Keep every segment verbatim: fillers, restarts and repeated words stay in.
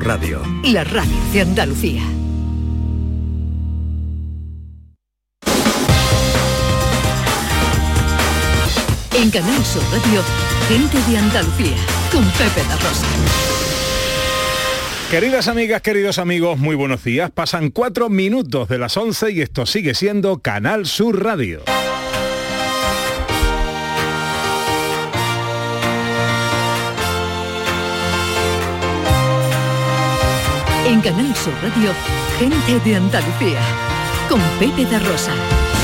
Sur Radio. La radio de Andalucía. En Canal Sur Radio, Gente de Andalucía, con Pepe da Rosa. Queridas amigas, queridos amigos, muy buenos días. Pasan cuatro minutos de las once y esto sigue siendo Canal Sur Radio. En Canal Sur Radio, Gente de Andalucía, con Pepe da Rosa.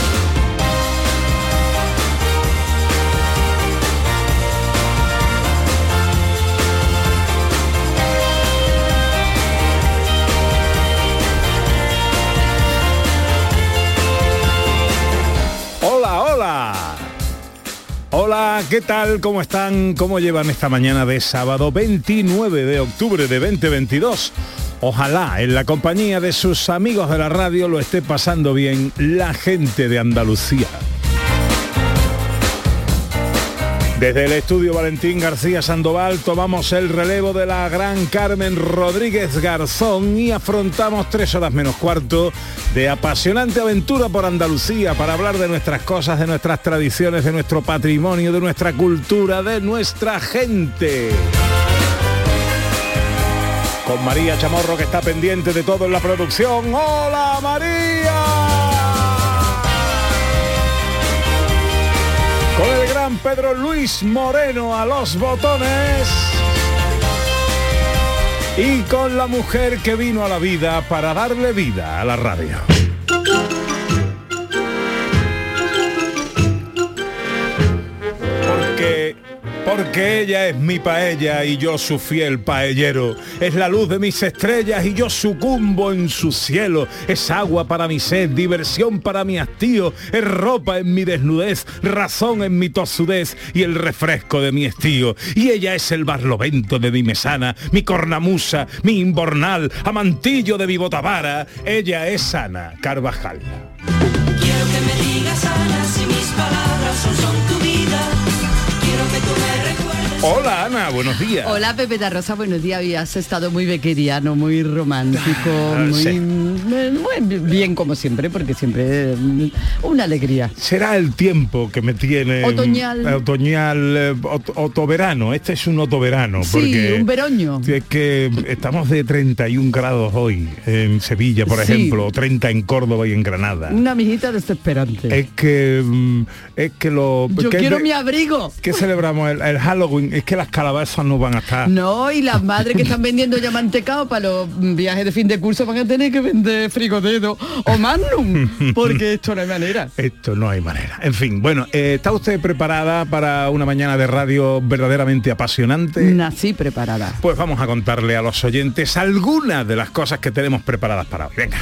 Hola, hola. Hola, ¿qué tal? ¿Cómo están? ¿Cómo llevan esta mañana de sábado veintinueve de octubre de veinte veintidós? Ojalá en la compañía de sus amigos de la radio lo esté pasando bien la gente de Andalucía. Desde el estudio Valentín García Sandoval tomamos el relevo de la gran Carmen Rodríguez Garzón y afrontamos tres horas menos cuarto de apasionante aventura por Andalucía para hablar de nuestras cosas, de nuestras tradiciones, de nuestro patrimonio, de nuestra cultura, de nuestra gente. Con María Chamorro, que está pendiente de todo en la producción. ¡Hola, María! Con el gran Pedro Luis Moreno a los botones. Y con la mujer que vino a la vida para darle vida a la radio. Porque... Porque ella es mi paella y yo su fiel paellero. Es la luz de mis estrellas y yo sucumbo en su cielo. Es agua para mi sed, diversión para mi hastío. Es ropa en mi desnudez, razón en mi tosudez y el refresco de mi estío. Y ella es el barlovento de mi mesana, mi cornamusa, mi imbornal, amantillo de mi botavara. Ella es Ana Carvajal. Quiero que me digas, Ana, si mis palabras son, son tu vida. Quiero que tú me recuerdes. Hola, Ana, buenos días. Hola, Pepe da Rosa, buenos días. Habías estado muy bequeriano, muy romántico, Ah, muy, sí. muy bien como siempre, porque siempre mm, una alegría. Será el tiempo que me tiene... Otoñal. eh, Otoñal, eh, ot- otoverano. Este es un otoverano. Sí, porque un veroño. Es que estamos de treinta y un grados hoy en Sevilla, por Sí. ejemplo, o treinta en Córdoba y en Granada. Una amiguita desesperante. Es que... mm, Es que lo... Yo que quiero de- mi abrigo. ¿Qué celebramos? El, el Halloween. Es que las calabazas no van a estar. No, y las madres que están vendiendo ya mantecado para los viajes de fin de curso van a tener que vender frigodedo o Magnum, porque esto no hay manera. Esto no hay manera. En fin, bueno, eh, ¿está usted preparada para una mañana de radio verdaderamente apasionante? Nací preparada. Pues vamos a contarle a los oyentes algunas de las cosas que tenemos preparadas para hoy. Venga.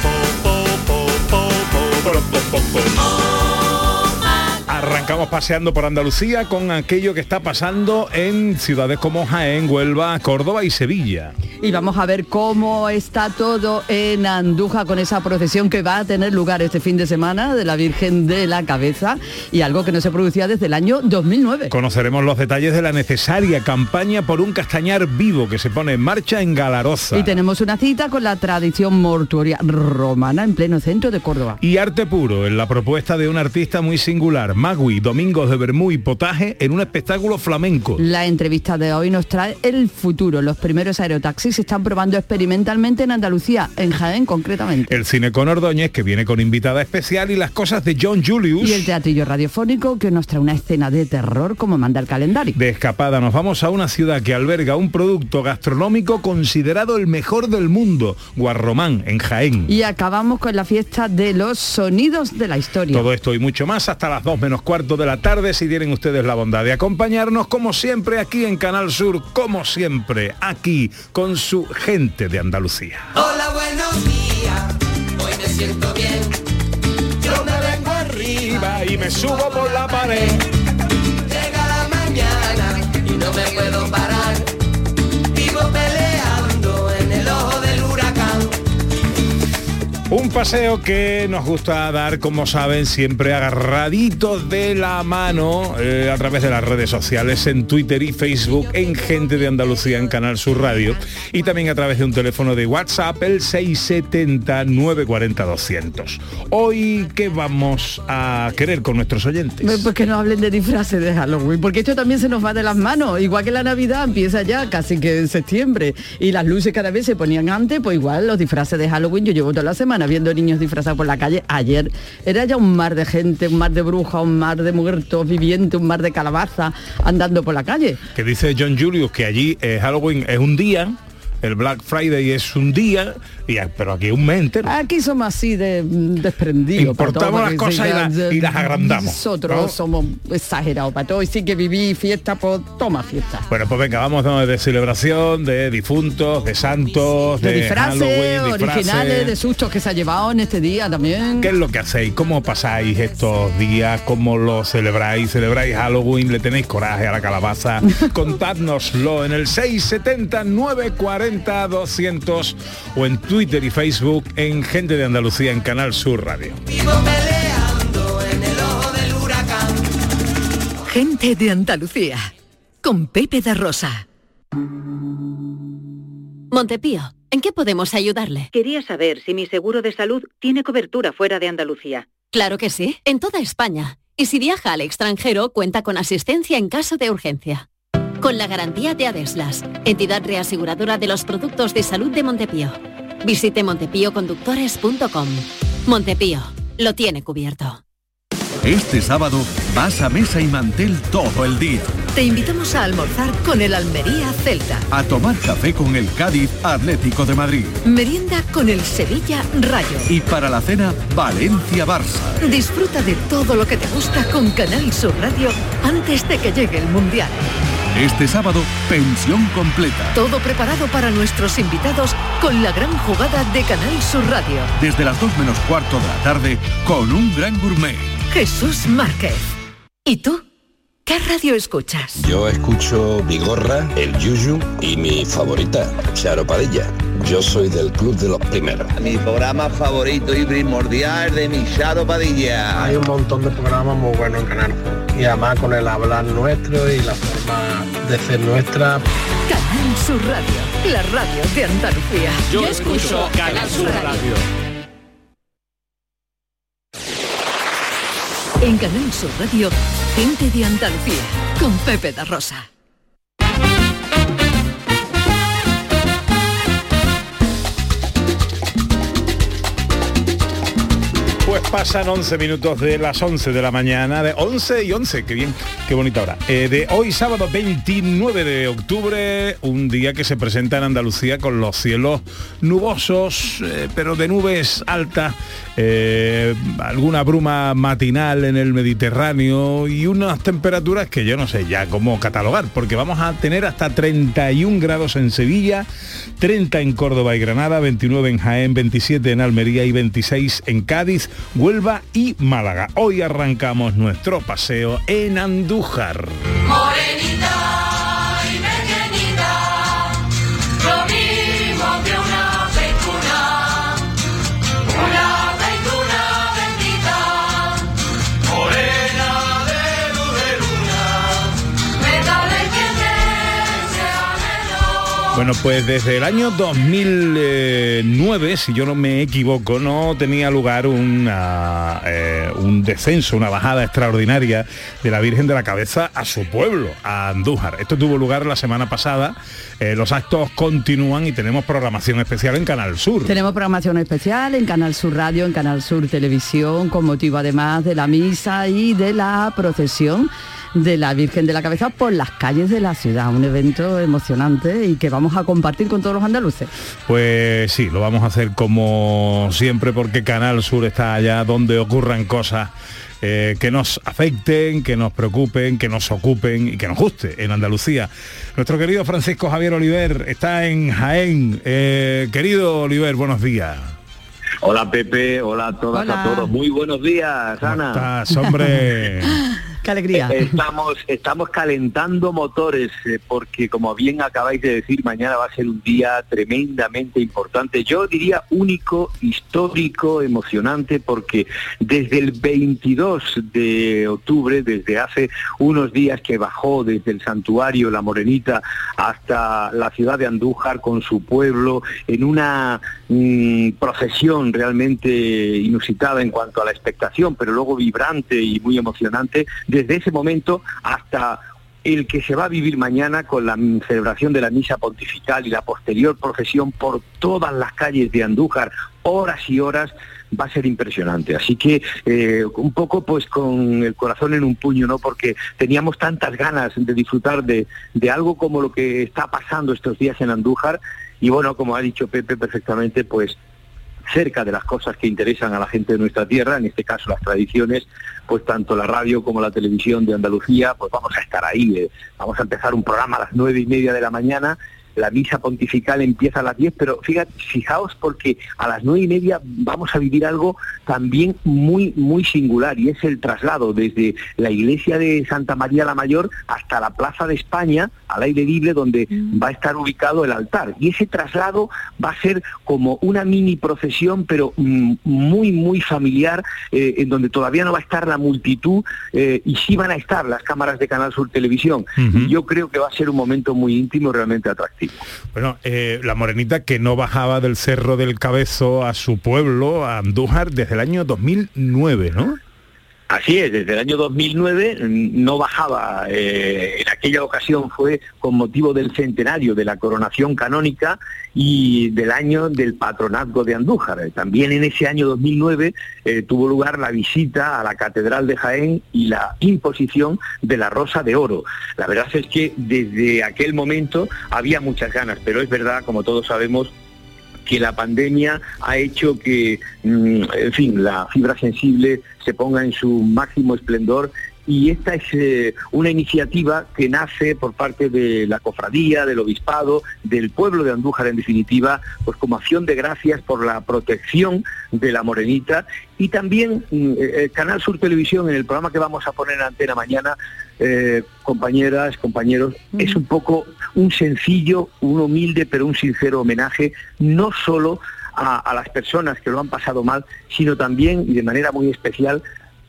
Arrancamos paseando por Andalucía con aquello que está pasando en ciudades como Jaén, Huelva, Córdoba y Sevilla. Y vamos a ver cómo está todo en Andújar con esa procesión que va a tener lugar este fin de semana de la Virgen de la Cabeza y algo que no se producía desde el año dos mil nueve. Conoceremos los detalles de la necesaria campaña por un castañar vivo que se pone en marcha en Galaroza. Y tenemos una cita con la tradición mortuoria romana en pleno centro de Córdoba. Y arte puro en la propuesta de un artista muy singular, Magui, Domingos de Bermú y Potaje, en un espectáculo flamenco. La entrevista de hoy nos trae el futuro. Los primeros aerotaxis se están probando experimentalmente en Andalucía, en Jaén concretamente. El cine con Ordóñez, que viene con invitada especial, y las cosas de John Julius. Y el teatrillo radiofónico que nos trae una escena de terror como manda el calendario. De escapada nos vamos a una ciudad que alberga un producto gastronómico considerado el mejor del mundo, Guarromán, en Jaén. Y acabamos con la fiesta de los sonidos de la historia. Todo esto y mucho más hasta las dos menos cuarto de la tarde, si tienen ustedes la bondad de acompañarnos, como siempre, aquí en Canal Sur, como siempre, aquí, con su gente de Andalucía. Hola, buenos días. Hoy me siento bien. Yo me vengo arriba Y me subo por la pared. Llega la mañana y no me puedo parar. Vivo peleando en el ojo del huracán. Un paseo que nos gusta dar, como saben, siempre agarraditos de la mano eh, a través de las redes sociales, en Twitter y Facebook, en Gente de Andalucía, en Canal Sur Radio, y también a través de un teléfono de WhatsApp, el seis setenta, nueve cuarenta, doscientos. Hoy, ¿qué vamos a querer con nuestros oyentes? Pues que no hablen de disfraces de Halloween, porque esto también se nos va de las manos, igual que la Navidad empieza ya casi que en septiembre, y las luces cada vez se ponían antes, pues igual los disfraces de Halloween, yo llevo toda la semana viendo niños disfrazados por la calle. Ayer era ya un mar de gente, un mar de brujas, un mar de muertos vivientes, un mar de calabaza andando por la calle. Que dice John Julius que allí eh, Halloween es un día, el Black Friday es un día, y, pero aquí es un mes entero. Aquí somos así de desprendidos. Importamos las cosas y, la, y las agrandamos. Nosotros ¿no? somos exagerados para todo, y sí que viví fiesta, pues toma fiesta. Bueno, pues venga, vamos de, de celebración, de difuntos, de santos, de, de disfraces, Halloween, originales, disfraces. de sustos que se ha llevado en este día también. ¿Qué es lo que hacéis? ¿Cómo pasáis estos días? ¿Cómo lo celebráis? ¿Celebráis Halloween? ¿Le tenéis coraje a la calabaza? Contádnoslo en el seis setenta, nueve cuarenta, doscientos o en Twitter y Facebook en Gente de Andalucía en Canal Sur Radio. Vivo peleando en el ojo del huracán. Gente de Andalucía con Pepe da Rosa. Montepío, ¿en qué podemos ayudarle? Quería saber si mi seguro de salud tiene cobertura fuera de Andalucía. Claro que sí, en toda España. Y si viaja al extranjero, cuenta con asistencia en caso de urgencia. Con la garantía de Adeslas, entidad reaseguradora de los productos de salud de Montepío. Visite montepío conductores punto com. Montepío, lo tiene cubierto. Este sábado vas a Mesa y Mantel todo el día. Te invitamos a almorzar con el Almería Celta. A tomar café con el Cádiz Atlético de Madrid. Merienda con el Sevilla Rayo. Y para la cena, Valencia Barça. Disfruta de todo lo que te gusta con Canal Sur Radio antes de que llegue el Mundial. Este sábado, pensión completa. Todo preparado para nuestros invitados con la gran jugada de Canal Sur Radio. Desde las dos menos cuarto de la tarde, con un gran gourmet. Jesús Márquez. ¿Y tú? ¿Qué radio escuchas? Yo escucho Vigorra, El Yuyu y mi favorita, Charo Padilla. Yo soy del club de los primeros. Mi programa favorito y primordial de mi Charo Padilla. Hay un montón de programas muy buenos en Canal Sur. Y además con el hablar nuestro y la forma de ser nuestra. Canal Sur Radio, la radio de Andalucía. Yo, Yo escucho Canal Sur Radio. En Canal Sur Radio, Gente de Andalucía, con Pepe da Rosa. Pues pasan once minutos de las once de la mañana, de once y once, qué bien, qué bonita hora. Eh, de hoy sábado veintinueve de octubre, un día que se presenta en Andalucía con los cielos nubosos, eh, pero de nubes altas, eh, alguna bruma matinal en el Mediterráneo y unas temperaturas que yo no sé ya cómo catalogar, porque vamos a tener hasta treinta y un grados en Sevilla, treinta en Córdoba y Granada, veintinueve en Jaén, veintisiete en Almería y veintiséis en Cádiz, Huelva y Málaga. Hoy arrancamos nuestro paseo en Andújar. Morenita y pequeñita, lo mismo que una aceituna, una aceituna bendita, morena de luz de luna, métale que sea menor. Bueno, pues desde el año dos mil nueve, si yo no me equivoco, no tenía lugar una, eh, un descenso, una bajada extraordinaria de la Virgen de la Cabeza a su pueblo, a Andújar. Esto tuvo lugar la semana pasada. Eh, los actos continúan y tenemos programación especial en Canal Sur. Tenemos programación especial en Canal Sur Radio, en Canal Sur Televisión, con motivo además de la misa y de la procesión de la Virgen de la Cabeza por las calles de la ciudad, un evento emocionante y que vamos a compartir con todos los andaluces. Pues sí, lo vamos a hacer como siempre, porque Canal Sur está allá donde ocurran cosas eh, que nos afecten, que nos preocupen, que nos ocupen y que nos guste en Andalucía. Nuestro querido Francisco Javier Oliver está en Jaén. Eh, querido Oliver, buenos días. Hola Pepe, hola a todas, hola. a todos. Muy buenos días, Ana. ¿Cómo estás, hombre? qué alegría. Estamos, estamos calentando motores eh, porque, como bien acabáis de decir, mañana va a ser un día tremendamente importante. Yo diría único, histórico, emocionante, porque desde el veintidós de octubre, desde hace unos días que bajó desde el santuario La Morenita hasta la ciudad de Andújar con su pueblo, en una mmm, procesión realmente inusitada en cuanto a la expectación, pero luego vibrante y muy emocionante, desde ese momento hasta el que se va a vivir mañana con la celebración de la misa pontifical y la posterior procesión por todas las calles de Andújar, horas y horas, va a ser impresionante. Así que eh, un poco pues con el corazón en un puño, ¿no? Porque teníamos tantas ganas de disfrutar de, de algo como lo que está pasando estos días en Andújar, y bueno, como ha dicho Pepe perfectamente, pues cerca de las cosas que interesan a la gente de nuestra tierra, en este caso las tradiciones, pues tanto la radio como la televisión de Andalucía, pues vamos a estar ahí. Eh. Vamos a empezar un programa a las nueve y media de la mañana. La misa pontifical empieza a las diez, pero fíjate, fijaos, porque a las nueve y media vamos a vivir algo también muy, muy singular, y es el traslado desde la iglesia de Santa María la Mayor hasta la Plaza de España, al aire libre, donde va a estar ubicado el altar. Y ese traslado va a ser como una mini procesión, pero mm, muy, muy familiar, eh, en donde todavía no va a estar la multitud, eh, y sí van a estar las cámaras de Canal Sur Televisión. Uh-huh. Y yo creo que va a ser un momento muy íntimo, realmente atractivo. Bueno, eh, la Morenita, que no bajaba del Cerro del Cabezo a su pueblo, a Andújar, desde el año dos mil nueve, ¿no? Así es, desde el año dos mil nueve no bajaba. Eh, en aquella ocasión fue con motivo del centenario de la coronación canónica y del año del patronazgo de Andújar. También en ese año dos mil nueve eh, tuvo lugar la visita a la Catedral de Jaén y la imposición de la Rosa de Oro. La verdad es que desde aquel momento había muchas ganas, pero es verdad, como todos sabemos, que la pandemia ha hecho que, en fin, la fibra sensible se ponga en su máximo esplendor, y esta es eh, una iniciativa que nace por parte de la cofradía, del obispado, del pueblo de Andújar, en definitiva, pues como acción de gracias por la protección de la Morenita. Y también eh, Canal Sur Televisión, en el programa que vamos a poner en antena mañana, eh, compañeras, compañeros, mm. es un poco un sencillo, un humilde, pero un sincero homenaje, no solo a, a las personas que lo han pasado mal, sino también, y de manera muy especial,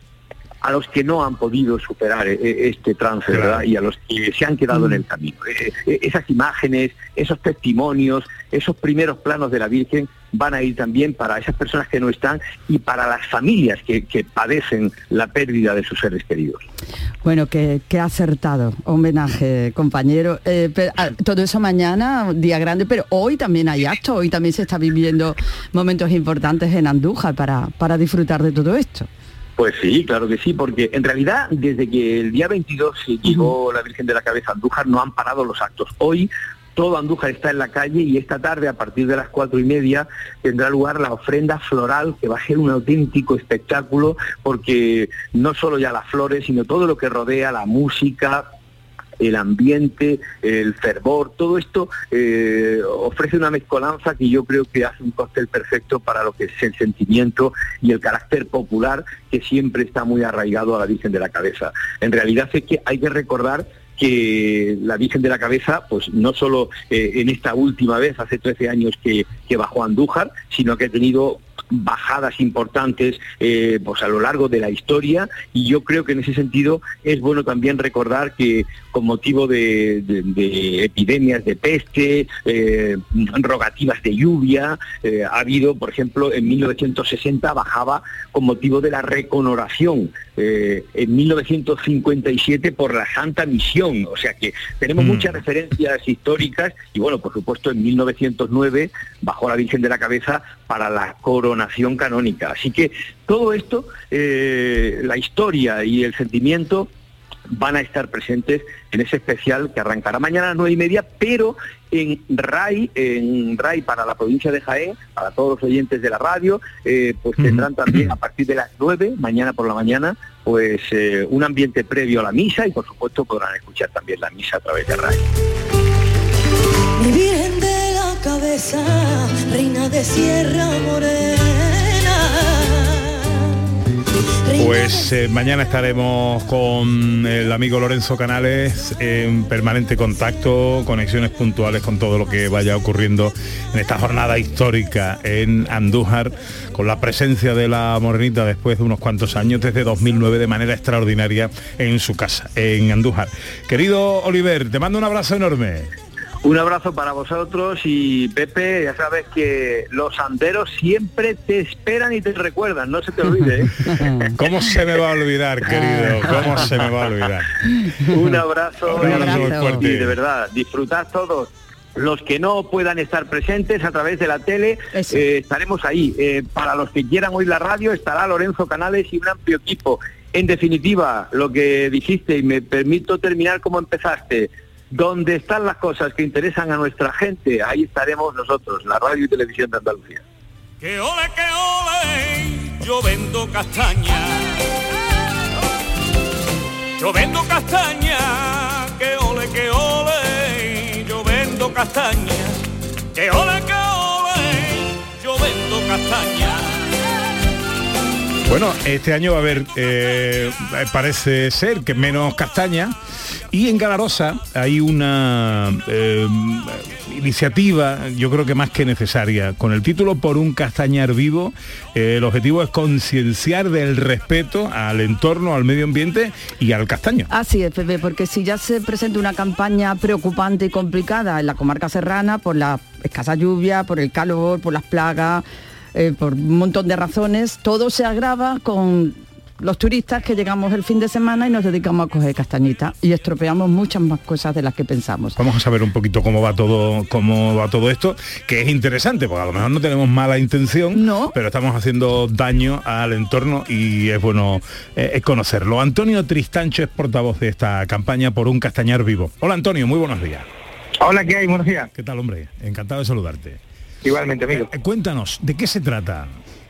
a los que no han podido superar este trance, ¿verdad? Claro. Y a los que se han quedado mm. en el camino. Esas imágenes, esos testimonios, esos primeros planos de la Virgen van a ir también para esas personas que no están y para las familias que, que padecen la pérdida de sus seres queridos. Bueno, qué, qué acertado homenaje, compañero. Eh, pero, ah, todo eso mañana, día grande, pero hoy también hay actos, hoy también se está viviendo momentos importantes en Andújar para, para disfrutar de todo esto. Pues sí, claro que sí, porque en realidad desde que el día veintidós llegó uh-huh. la Virgen de la Cabeza a Andújar no han parado los actos. Hoy todo Andújar está en la calle, y esta tarde, a partir de las cuatro y media, tendrá lugar la ofrenda floral, que va a ser un auténtico espectáculo, porque no solo ya las flores, sino todo lo que rodea, la música, el ambiente, el fervor, todo esto eh, ofrece una mezcolanza que yo creo que hace un cóctel perfecto para lo que es el sentimiento y el carácter popular, que siempre está muy arraigado a la Virgen de la Cabeza. En realidad es que hay que recordar que la Virgen de la Cabeza, pues no solo eh, en esta última vez, hace trece años que, que bajó a Andújar, sino que ha tenido bajadas importantes eh, pues a lo largo de la historia, y yo creo que en ese sentido es bueno también recordar que con motivo de, de, de epidemias de peste, eh, rogativas de lluvia, eh, ha habido, por ejemplo, en mil novecientos sesenta bajaba con motivo de la reconoración, eh, en mil novecientos cincuenta y siete por la Santa Misión, o sea que tenemos mm. muchas referencias históricas, y bueno, por supuesto en mil novecientos nueve bajó la Virgen de la Cabeza para la coronación canónica. Así que todo esto, eh, la historia y el sentimiento van a estar presentes en ese especial que arrancará mañana a las nueve y media, pero en RAI, en RAI para la provincia de Jaén, para todos los oyentes de la radio, eh, pues tendrán también a partir de las nueve, mañana por la mañana, pues eh, un ambiente previo a la misa, y por supuesto podrán escuchar también la misa a través de RAI. Mi Virgen de la Cabeza, reina de Sierra Morena, reina Pues eh, mañana estaremos con el amigo Lorenzo Canales en permanente contacto, conexiones puntuales con todo lo que vaya ocurriendo en esta jornada histórica en Andújar, con la presencia de la Morenita después de unos cuantos años, desde dos mil nueve, de manera extraordinaria en su casa, en Andújar. Querido Oliver, te mando un abrazo enorme. Un abrazo para vosotros y Pepe, ya sabes que los anderos siempre te esperan y te recuerdan, no se te olvide, ¿eh? ¿Cómo se me va a olvidar, querido? ¿Cómo se me va a olvidar? Un abrazo, Un abrazo muy fuerte. Y de verdad, disfrutad todos. Los que no puedan estar presentes a través de la tele, eh, estaremos ahí. Eh, para los que quieran oír la radio, estará Lorenzo Canales y un amplio equipo. En definitiva, lo que dijiste, y me permito terminar como empezaste, donde están las cosas que interesan a nuestra gente, ahí estaremos nosotros, la radio y televisión de Andalucía. Que ole, que ole, yo vendo castaña. Yo vendo castaña, que ole, que ole, yo vendo castaña. Que ole, que ole, yo vendo castaña. Bueno, este año va a haber, eh, parece ser que menos castaña, y en Galarosa hay una eh, iniciativa, yo creo que más que necesaria, con el título Por un castañar vivo. Eh, el objetivo es concienciar del respeto al entorno, al medio ambiente y al castaño. Así es, Pepe, porque si ya se presenta una campaña preocupante y complicada en la comarca serrana por la escasa lluvia, por el calor, por las plagas, Eh, por un montón de razones, todo se agrava con los turistas que llegamos el fin de semana y nos dedicamos a coger castañitas y estropeamos muchas más cosas de las que pensamos. Vamos a saber un poquito cómo va todo, cómo va todo esto, que es interesante, porque a lo mejor no tenemos mala intención, no, pero estamos haciendo daño al entorno y es bueno eh, conocerlo. Antonio Tristancho es portavoz de esta campaña Por un castañar vivo. Hola Antonio, muy buenos días. Hola, ¿qué hay? Buenos días. ¿Qué tal, hombre? Encantado de saludarte. Igualmente, amigo. Eh, cuéntanos, ¿de qué se trata?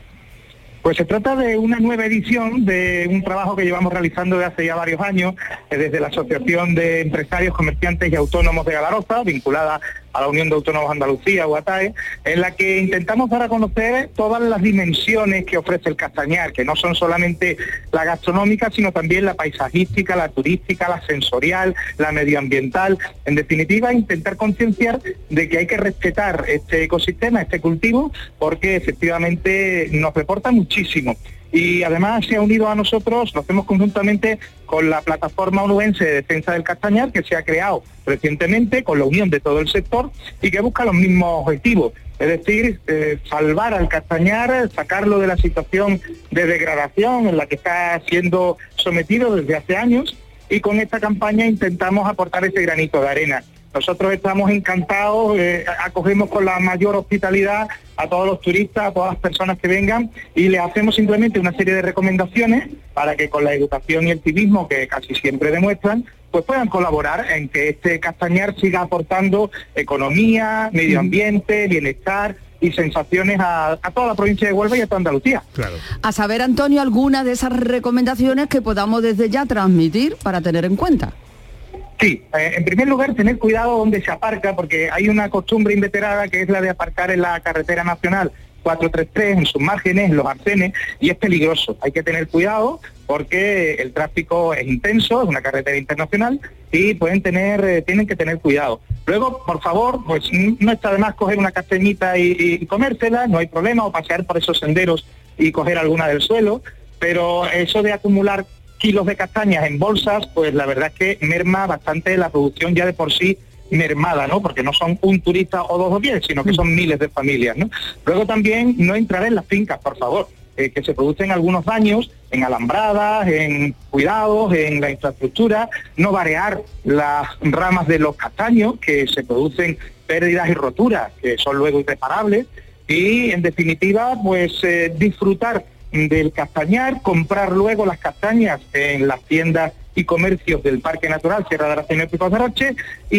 Pues se trata de una nueva edición de un trabajo que llevamos realizando desde hace ya varios años, eh, desde la Asociación de Empresarios, Comerciantes y Autónomos de Galaroza, vinculada a la Unión de Autónomos de Andalucía, U A T A E, en la que intentamos dar a conocer todas las dimensiones que ofrece el castañar, que no son solamente la gastronómica, sino también la paisajística, la turística, la sensorial, la medioambiental. En definitiva, intentar concienciar de que hay que respetar este ecosistema, este cultivo, porque efectivamente nos reporta muchísimo. Y además se ha unido a nosotros, lo hacemos conjuntamente con la Plataforma Onubense de Defensa del Castañar, que se ha creado recientemente con la unión de todo el sector y que busca los mismos objetivos, es decir, eh, salvar al castañar, sacarlo de la situación de degradación en la que está siendo sometido desde hace años, y con esta campaña intentamos aportar ese granito de arena. Nosotros estamos encantados, eh, acogemos con la mayor hospitalidad a todos los turistas, a todas las personas que vengan, y les hacemos simplemente una serie de recomendaciones para que con la educación y el civismo que casi siempre demuestran, pues puedan colaborar en que este castañar siga aportando economía, medio ambiente, bienestar y sensaciones a, a toda la provincia de Huelva y a toda Andalucía. Claro. A saber, Antonio, algunas de esas recomendaciones que podamos desde ya transmitir para tener en cuenta. Sí, eh, en primer lugar, tener cuidado donde se aparca, porque hay una costumbre inveterada que es la de aparcar en la carretera nacional cuatrocientos treinta y tres, en sus márgenes, en los arcenes, y es peligroso. Hay que tener cuidado porque el tráfico es intenso, es una carretera internacional, y pueden tener, eh, tienen que tener cuidado. Luego, por favor, pues no está de más coger una castañita y, y comérsela, no hay problema, o pasear por esos senderos y coger alguna del suelo, pero eso de acumular kilos de castañas en bolsas, pues la verdad es que merma bastante la producción ya de por sí mermada, ¿no? Porque no son un turista o dos o diez, sino que son miles de familias, ¿no? Luego también no entrar en las fincas, por favor, eh, que se producen algunos daños en alambradas, en cuidados, en la infraestructura, no variar las ramas de los castaños, que se producen pérdidas y roturas, que son luego irreparables, y en definitiva, pues eh, disfrutar del castañar, comprar luego las castañas en las tiendas y comercios del Parque Natural Sierra de Aracena y Picos de Roche,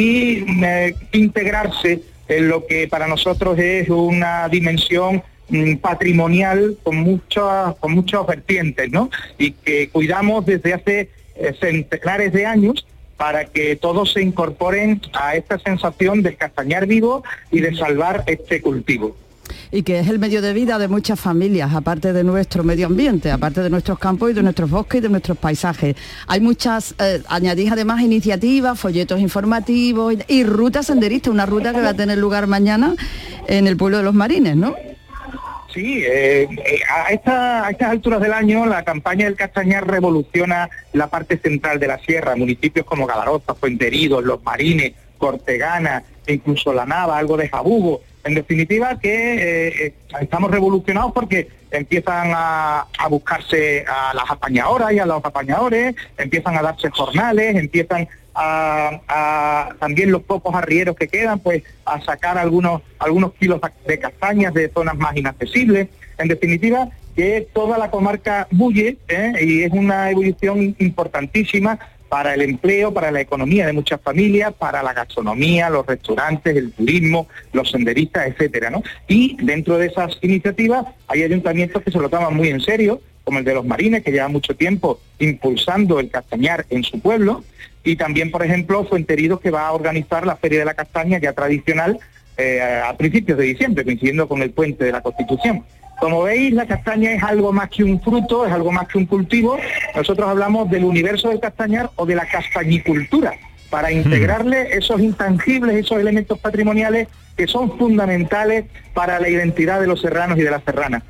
y eh, integrarse en lo que para nosotros es una dimensión mm, patrimonial con muchas con muchas vertientes, ¿no? Y que cuidamos desde hace eh, centenares de años para que todos se incorporen a esta sensación del castañar vivo y de salvar este cultivo. y que es el medio de vida de muchas familias, aparte de nuestro medio ambiente, aparte de nuestros campos y de nuestros bosques y de nuestros paisajes. Hay muchas, eh, añadís además iniciativas, folletos informativos y, y ruta senderista, una ruta que va a tener lugar mañana en el pueblo de Los Marines, ¿no? Sí, eh, eh, a, esta, a estas alturas del año la campaña del Castañar revoluciona la parte central de la sierra, municipios como Galaroza, Fuenteridos, Los Marines, Cortegana, e incluso La Nava, algo de Jabugo. En definitiva que eh, estamos revolucionados porque empiezan a, a buscarse a las apañadoras y a los apañadores, empiezan a darse jornales, empiezan a, a también los pocos arrieros que quedan, pues a sacar algunos algunos kilos de castañas de zonas más inaccesibles. En definitiva, que toda la comarca bulle, ¿eh? y es una ebullición importantísima para el empleo, para la economía de muchas familias, para la gastronomía, los restaurantes, el turismo, los senderistas, etcétera, ¿no? Y dentro de esas iniciativas hay ayuntamientos que se lo toman muy en serio, como el de Los Marines, que lleva mucho tiempo impulsando el castañar en su pueblo, y también, por ejemplo, Fuenteridos, que va a organizar la Feria de la Castaña, ya tradicional, eh, a principios de diciembre, coincidiendo con el Puente de la Constitución. Como veis, la castaña es algo más que un fruto, es algo más que un cultivo. Nosotros hablamos del universo del castañar o de la castañicultura, para integrarle esos intangibles, esos elementos patrimoniales que son fundamentales para la identidad de los serranos y de las serranas.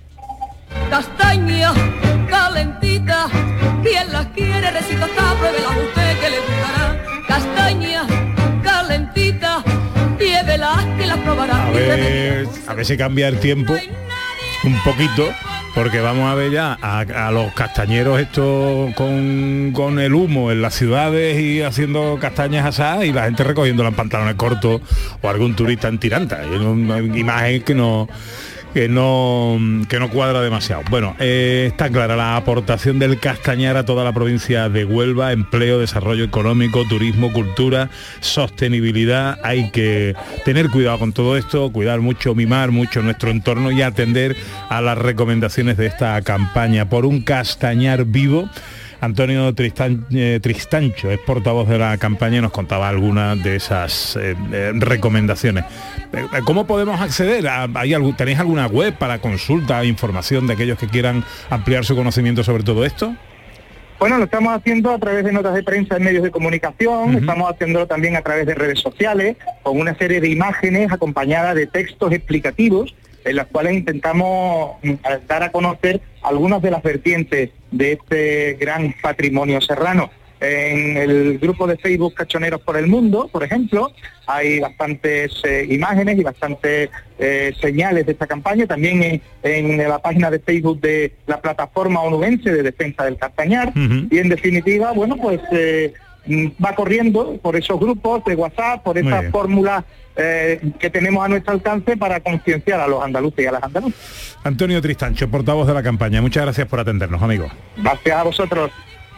Castaña calentita, quien las quiere recita esta, pruébela usted que le gustará. Castaña calentita, llévelas que las probará. A ver, a ver si cambia el tiempo un poquito, porque vamos a ver ya a, a los castañeros estos con, con el humo en las ciudades y haciendo castañas asadas y la gente recogiéndola en pantalones cortos o algún turista en tiranta. Es una imagen que no que no que no cuadra demasiado. Bueno, eh, está clara la aportación del castañar a toda la provincia de Huelva: empleo, desarrollo económico, turismo, cultura, sostenibilidad. Hay que tener cuidado con todo esto, cuidar mucho, mimar mucho nuestro entorno y atender a las recomendaciones de esta campaña por un castañar vivo. Antonio Tristan, eh, Tristancho es portavoz de la campaña y nos contaba algunas de esas eh, eh, recomendaciones. ¿Cómo podemos acceder? ¿Hay algún, ¿Tenéis alguna web para consulta, información de aquellos que quieran ampliar su conocimiento sobre todo esto? Bueno, lo estamos haciendo a través de notas de prensa en medios de comunicación, uh-huh. Estamos haciéndolo también a través de redes sociales, con una serie de imágenes acompañadas de textos explicativos, en las cuales intentamos dar a conocer algunas de las vertientes de este gran patrimonio serrano. En el grupo de Facebook Cachoneros por el Mundo, por ejemplo, hay bastantes eh, imágenes y bastantes eh, señales de esta campaña. También en, en la página de Facebook de la Plataforma Onubense de Defensa del Castañar. Uh-huh. Y en definitiva, bueno, pues eh, va corriendo por esos grupos de WhatsApp, por esas fórmulas eh, que tenemos a nuestro alcance para concienciar a los andaluces y a las andaluzas. Antonio Tristancho, portavoz de la campaña, muchas gracias por atendernos, amigo. Gracias a vosotros.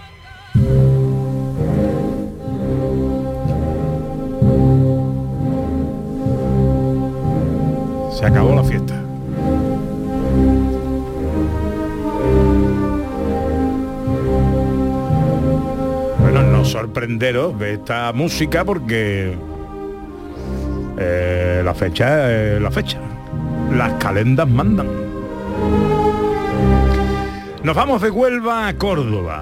Se acabó la fiesta. Bueno, no sorprenderos de esta música porque eh, la fecha es la fecha. Las calendas mandan. Nos vamos de Huelva a Córdoba.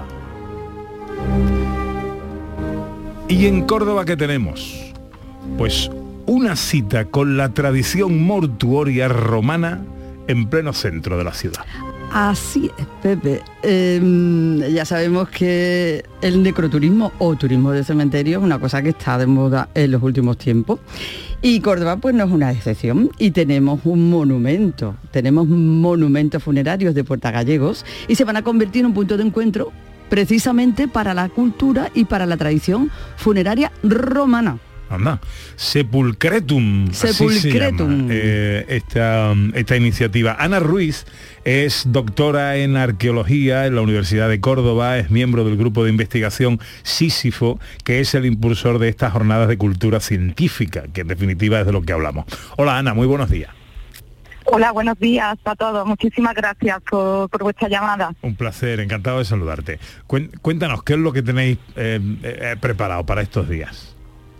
¿Y en Córdoba qué tenemos? Pues una cita con la tradición mortuoria romana en pleno centro de la ciudad. Así es, Pepe. Eh, ya sabemos que el necroturismo o turismo de cementerio es una cosa que está de moda en los últimos tiempos. Y Córdoba pues no es una excepción. Y tenemos un monumento, tenemos monumentos funerarios de Puertagallegos y se van a convertir en un punto de encuentro precisamente para la cultura y para la tradición funeraria romana. Anda, Sepulcretum, Sepulcretum. Así se llama, eh, esta, esta iniciativa. Ana Ruiz es doctora en arqueología en la Universidad de Córdoba, es miembro del grupo de investigación Sísifo, que es el impulsor de estas jornadas de cultura científica, que en definitiva es de lo que hablamos. Hola Ana, muy buenos días. Hola, buenos días a todos. Muchísimas gracias por, por vuestra llamada. Un placer, encantado de saludarte. Cuéntanos, ¿qué es lo que tenéis eh, eh, preparado para estos días?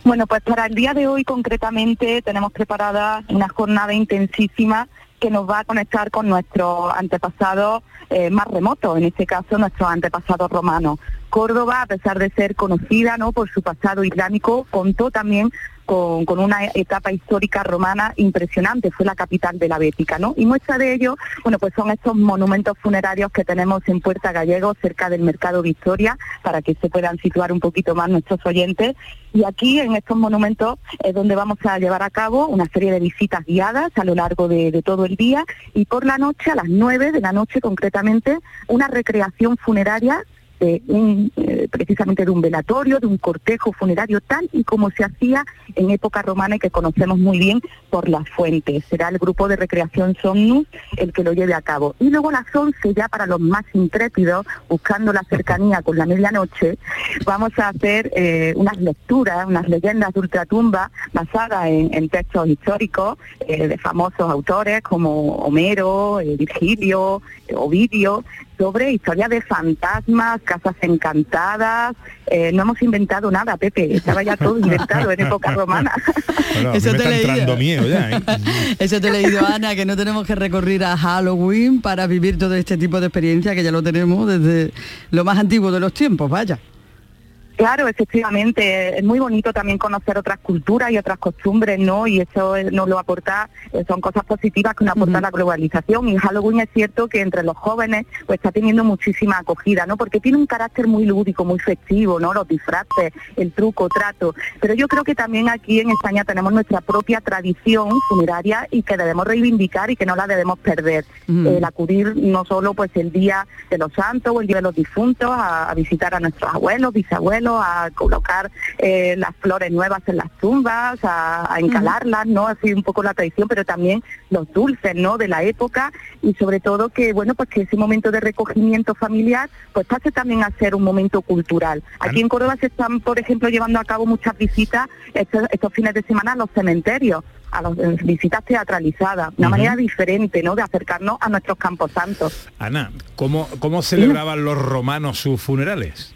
Bueno, pues para el día de hoy concretamente tenemos preparada una jornada intensísima que nos va a conectar con nuestros antepasados eh, más remotos, en este caso nuestros antepasados romanos. Córdoba, a pesar de ser conocida, ¿no?, por su pasado islámico, contó también con, con una etapa histórica romana impresionante, fue la capital de la Bética, ¿no? Y muestra de ello, bueno, pues son estos monumentos funerarios que tenemos en Puerta Gallego, cerca del Mercado Victoria, para que se puedan situar un poquito más nuestros oyentes. Y aquí, en estos monumentos, es donde vamos a llevar a cabo una serie de visitas guiadas a lo largo de, de todo el día, y por la noche, a las nueve de la noche concretamente, una recreación funeraria de un, eh, precisamente de un velatorio, de un cortejo funerario tal y como se hacía en época romana y que conocemos muy bien por las fuentes. Será el grupo de recreación Somnus el que lo lleve a cabo. Y luego a las once, ya para los más intrépidos, buscando la cercanía con la medianoche, vamos a hacer eh, unas lecturas, unas leyendas de ultratumba basadas en, en textos históricos eh, de famosos autores como Homero, eh, Virgilio, eh, Ovidio, sobre historias de fantasmas, casas encantadas. Eh, no hemos inventado nada, Pepe, estaba ya todo inventado en época romana. Bueno, Eso te he leído. Miedo ya, ¿eh? Eso te he leído, Ana, que no tenemos que recurrir a Halloween para vivir todo este tipo de experiencia, que ya lo tenemos desde lo más antiguo de los tiempos, vaya. Claro, efectivamente, es muy bonito también conocer otras culturas y otras costumbres, ¿no? Y eso nos lo aporta, son cosas positivas que nos aporta uh-huh. la globalización. Y Halloween es cierto que entre los jóvenes pues está teniendo muchísima acogida, ¿no? Porque tiene un carácter muy lúdico, muy festivo, ¿no? Los disfraces, el truco, trato. Pero yo creo que también aquí en España tenemos nuestra propia tradición funeraria y que debemos reivindicar y que no la debemos perder. Uh-huh. El acudir no solo pues el Día de los Santos o el Día de los Difuntos a, a visitar a nuestros abuelos, bisabuelos, a colocar eh, las flores nuevas en las tumbas, a, a encalarlas, ¿no? Así un poco la tradición, pero también los dulces, ¿no?, de la época, y sobre todo que, bueno, pues que ese momento de recogimiento familiar pues pase también a ser un momento cultural. Aquí en Córdoba se están, por ejemplo, llevando a cabo muchas visitas estos, estos fines de semana a los cementerios, a las visitas teatralizadas, una uh-huh. manera diferente, ¿no?, de acercarnos a nuestros camposantos. Ana, ¿cómo, cómo celebraban ¿Sí? los romanos sus funerales?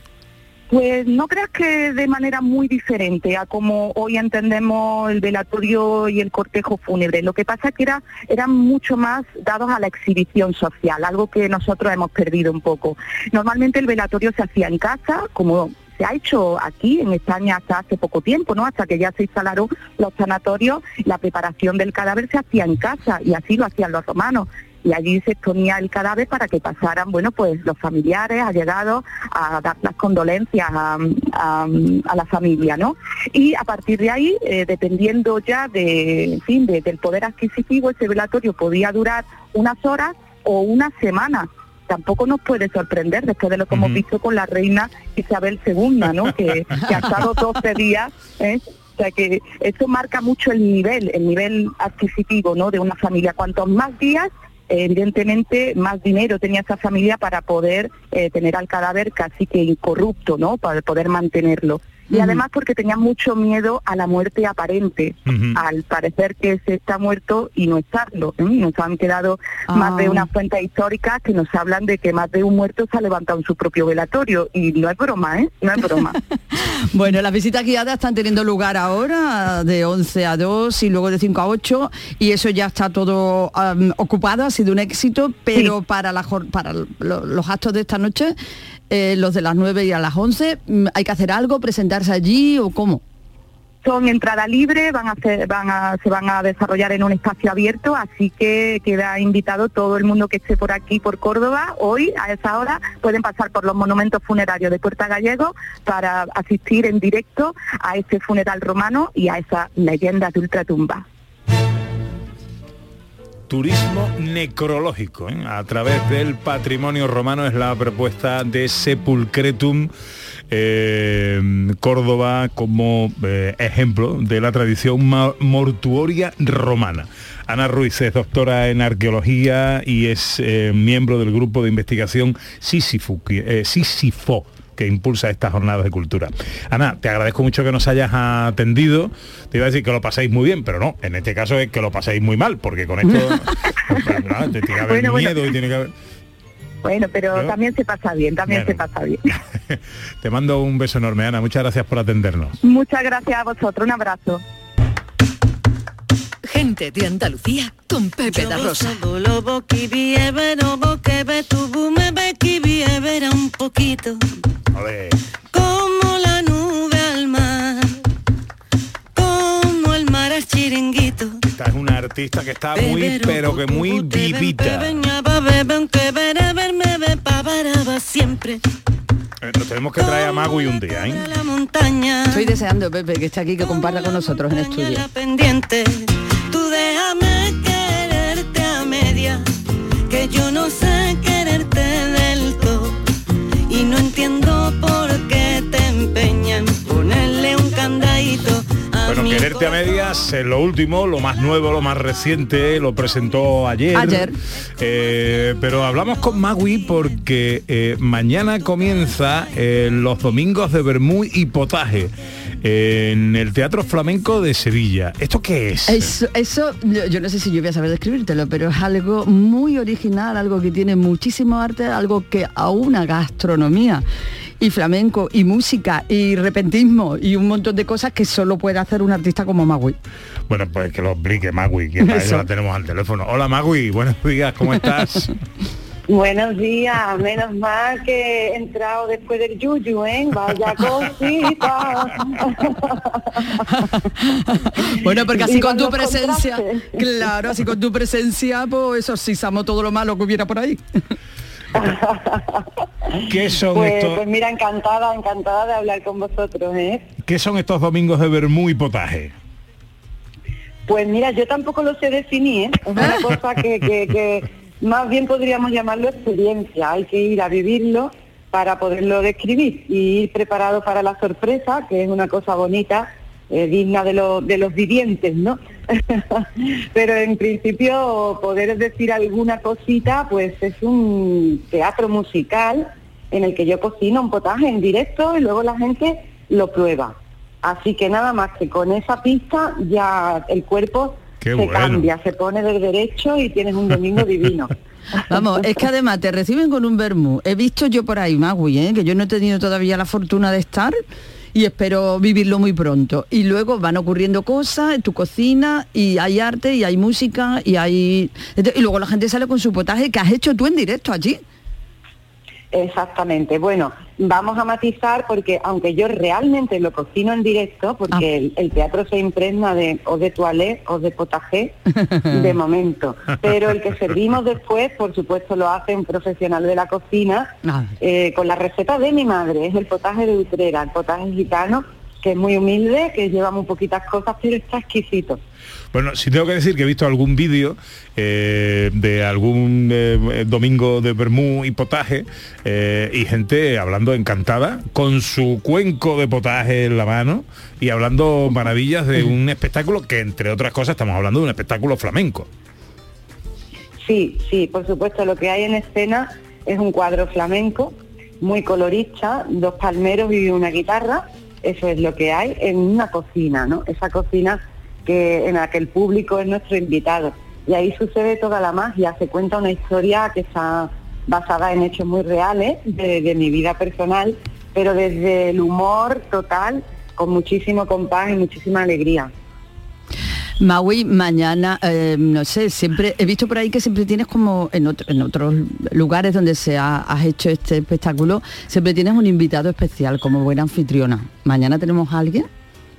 Pues no creas que de manera muy diferente a como hoy entendemos el velatorio y el cortejo fúnebre. Lo que pasa es que era, eran mucho más dados a la exhibición social, algo que nosotros hemos perdido un poco. Normalmente el velatorio se hacía en casa, como se ha hecho aquí en España hasta hace poco tiempo, ¿no? Hasta que ya se instalaron los sanatorios, la preparación del cadáver se hacía en casa y así lo hacían los romanos. Y allí se exponía el cadáver para que pasaran, bueno, pues los familiares, allegados, a dar las condolencias a, a, a la familia, ¿no? Y a partir de ahí, eh, dependiendo ya de, en fin, de, del poder adquisitivo, ese velatorio podía durar unas horas o una semana. Tampoco nos puede sorprender después de lo que uh-huh. hemos visto con la reina Isabel segunda, ¿no? Que, que ha estado doce días, ¿eh? O sea que eso marca mucho el nivel, el nivel adquisitivo, ¿no?, de una familia. Cuantos más días, evidentemente más dinero tenía esa familia para poder eh, tener al cadáver casi que incorrupto, ¿no?, para poder mantenerlo. Y uh-huh. además porque tenían mucho miedo a la muerte aparente, uh-huh. al parecer que se está muerto y no estarlo. ¿eh? Nos han quedado uh-huh. más de unas fuentes históricas que nos hablan de que más de un muerto se ha levantado en su propio velatorio, y no es broma, ¿eh? No es broma. Bueno, las visitas guiadas están teniendo lugar ahora de once a dos y luego de cinco a ocho, y eso ya está todo um, ocupado, ha sido un éxito, pero sí. para, la, para lo, los actos de esta noche, eh, los de las nueve y a las once, ¿hay que hacer algo, presentarse allí o cómo? Son entrada libre, van a ser, van a, se van a desarrollar en un espacio abierto, así que queda invitado todo el mundo que esté por aquí, por Córdoba. Hoy, a esa hora, pueden pasar por los monumentos funerarios de Puerta Gallego para asistir en directo a este funeral romano y a esa leyenda de ultratumba. Turismo necrológico, ¿eh? A través del patrimonio romano es la propuesta de Sepulcretum eh, Córdoba como eh, ejemplo de la tradición mortuoria romana. Ana Ruiz es doctora en arqueología y es eh, miembro del grupo de investigación Sísifo, eh, Sísifo, que impulsa estas jornadas de cultura. Ana, te agradezco mucho que nos hayas atendido. Te iba a decir que lo paséis muy bien, pero no, en este caso es que lo paséis muy mal, porque con esto pues, no, te tiene que haber bueno, miedo bueno. y tiene que haber... Bueno, pero ¿no? también se pasa bien, también Bueno. se pasa bien. Te mando un beso enorme, Ana. Muchas gracias por atendernos. Muchas gracias a vosotros, un abrazo. Gente de Andalucía con Pepe da Rosa. Un poquito Olé. como la nube al mar, como el mar al chiringuito. Esta es una artista que está muy, pero que muy vivita. Siempre Eh, Nos tenemos que traer a Magui un día, ¿eh? la montaña Estoy deseando, Pepe, que esté aquí, que comparta con nosotros en estudio. pendiente. Tú déjame quererte a media, que yo no sé quererte del todo. Y no entiendo por qué te empeñan ponerle un candadito a Bueno, mi quererte a medias es lo último, lo más nuevo, lo más reciente, lo presentó ayer. Ayer. Eh, pero hablamos con Magui porque eh, mañana comienza eh, los domingos de vermú y potaje en el Teatro Flamenco de Sevilla. ¿Esto qué es? Eso, eso yo, yo no sé si yo voy a saber describírtelo, pero es algo muy original, algo que tiene muchísimo arte, algo que aúna gastronomía y flamenco y música y repentismo y un montón de cosas que solo puede hacer un artista como Magui. Bueno, pues que lo explique Magui, que para eso Eso. la tenemos al teléfono. Hola Magui, buenos días, ¿cómo estás? Buenos días, menos mal que he entrado después del yuyu, ¿eh? Vaya cosita. Bueno, porque así Y con van tu los presencia, contrastes. claro, así con tu presencia, pues exorcizamos todo lo malo que hubiera por ahí. ¿Qué son Pues, estos? pues mira, encantada, encantada de hablar con vosotros, ¿eh? ¿Qué son estos domingos de vermú y potaje? Pues mira, yo tampoco lo sé definir, ¿eh? Es una cosa que, que, que más bien podríamos llamarlo experiencia. Hay que ir a vivirlo para poderlo describir y ir preparado para la sorpresa, que es una cosa bonita, eh, digna de, lo- de los vivientes, ¿no? Pero en principio poder decir alguna cosita, pues es un teatro musical en el que yo cocino un potaje en directo y luego la gente lo prueba. Así que nada más que con esa pista ya el cuerpo Qué se bueno. cambia, se pone del derecho y tienes un domingo divino. Vamos, es que además te reciben con un vermú. He visto yo por ahí, Magui, ¿eh? Que yo no he tenido todavía la fortuna de estar y espero vivirlo muy pronto. Y luego van ocurriendo cosas en tu cocina y hay arte y hay música y hay... Y luego la gente sale con su potaje que has hecho tú en directo allí. Exactamente. Bueno, vamos a matizar porque aunque yo realmente lo cocino en directo, porque el, el teatro se impregna de o de toilette o de potaje de momento, pero el que servimos después, por supuesto, lo hace un profesional de la cocina eh, con la receta de mi madre. Es el potaje de Utrera, el potaje gitano, que es muy humilde, que lleva muy poquitas cosas, pero está exquisito. Bueno, sí tengo que decir que he visto algún vídeo eh, de algún eh, domingo de vermú y potaje eh, y gente hablando encantada con su cuenco de potaje en la mano y hablando maravillas de un espectáculo que, entre otras cosas, estamos hablando de un espectáculo flamenco. Sí, sí, por supuesto, lo que hay en escena es un cuadro flamenco, muy colorista, dos palmeros y una guitarra, eso es lo que hay en una cocina, ¿no? Esa cocina que en la que el público es nuestro invitado. Y ahí sucede toda la magia, se cuenta una historia que está basada en hechos muy reales de, de mi vida personal, pero desde el humor total, con muchísimo compás y muchísima alegría. Magui, mañana, eh, no sé, siempre he visto por ahí que siempre tienes como en, otro- en otros lugares donde se ha has hecho este espectáculo, siempre tienes un invitado especial como buena anfitriona. ¿Mañana tenemos a alguien?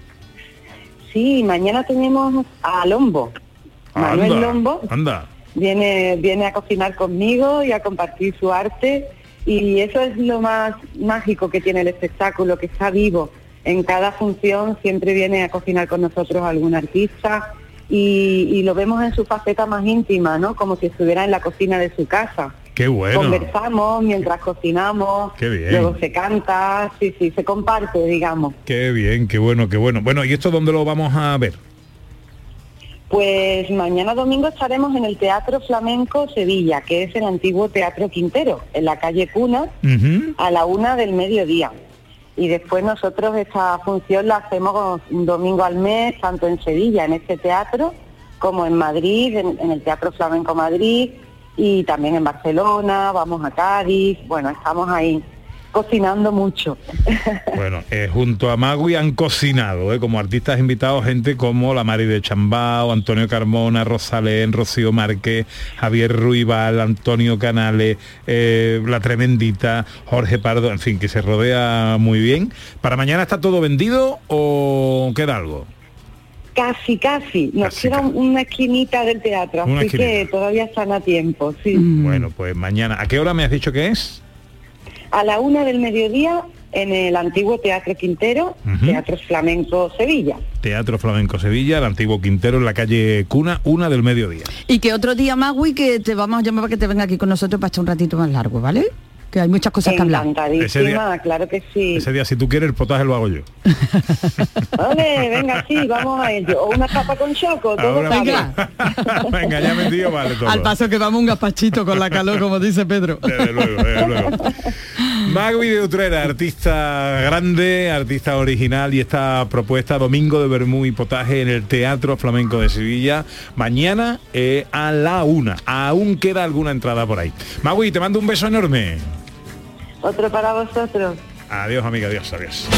Sí, mañana tenemos a Lombo, Manuel Anda, Lombo. Anda. Viene, viene a cocinar conmigo y a compartir su arte y eso es lo más mágico que tiene el espectáculo, que está vivo. En cada función siempre viene a cocinar con nosotros algún artista y, y lo vemos en su faceta más íntima, ¿no? Como si estuviera en la cocina de su casa. Qué bueno. Conversamos mientras cocinamos, Qué bien. luego se canta, sí, sí, se comparte, digamos. Qué bien, qué bueno, qué bueno. Bueno, ¿y esto dónde lo vamos a ver? Pues mañana domingo estaremos en el Teatro Flamenco Sevilla, que es el antiguo Teatro Quintero, en la calle Cuna, a la una del mediodía. Y después nosotros esta función la hacemos un domingo al mes, tanto en Sevilla, en este teatro, como en Madrid, en, en el Teatro Flamenco Madrid, y también en Barcelona, vamos a Cádiz, bueno, estamos ahí cocinando mucho. Bueno, eh, junto a Magui han cocinado, eh, como artistas invitados, gente como la Mari de Chambao, Antonio Carmona, Rosalén, Rocío Márquez, Javier Ruibal, Antonio Canales, eh, La Tremendita, Jorge Pardo, en fin, que se rodea muy bien. ¿Para mañana está todo vendido o queda algo? Casi, casi. Nos casi, queda casi. una esquinita del teatro, una así esquinita. Que todavía están a tiempo, sí. Bueno, pues mañana. ¿A qué hora me has dicho que es? A la una del mediodía en el antiguo Teatro Quintero, uh-huh. Teatro Flamenco Sevilla. Teatro Flamenco Sevilla, el antiguo Quintero en la calle Cuna, una del mediodía. Y que otro día, Magui, que te vamos a llamar para que te venga aquí con nosotros para echar un ratito más largo, ¿vale? Que hay muchas cosas que hablar. Encantadísima, día, claro que sí. Ese día, si tú quieres, el potaje lo hago yo. Vale, venga, sí, vamos a ello. O una papa con choco, todo venga. Venga, ya me tío, vale todo. Al paso que vamos un gazpachito con la calor, como dice Pedro. Desde luego, desde luego. Magui de Utrera, artista grande, artista original, y esta propuesta, domingo de vermú y potaje en el Teatro Flamenco de Sevilla, mañana eh, a la una. Aún queda alguna entrada por ahí. Magui, te mando un beso enorme. Otro para vosotros. Adiós, amiga, adiós, adiós.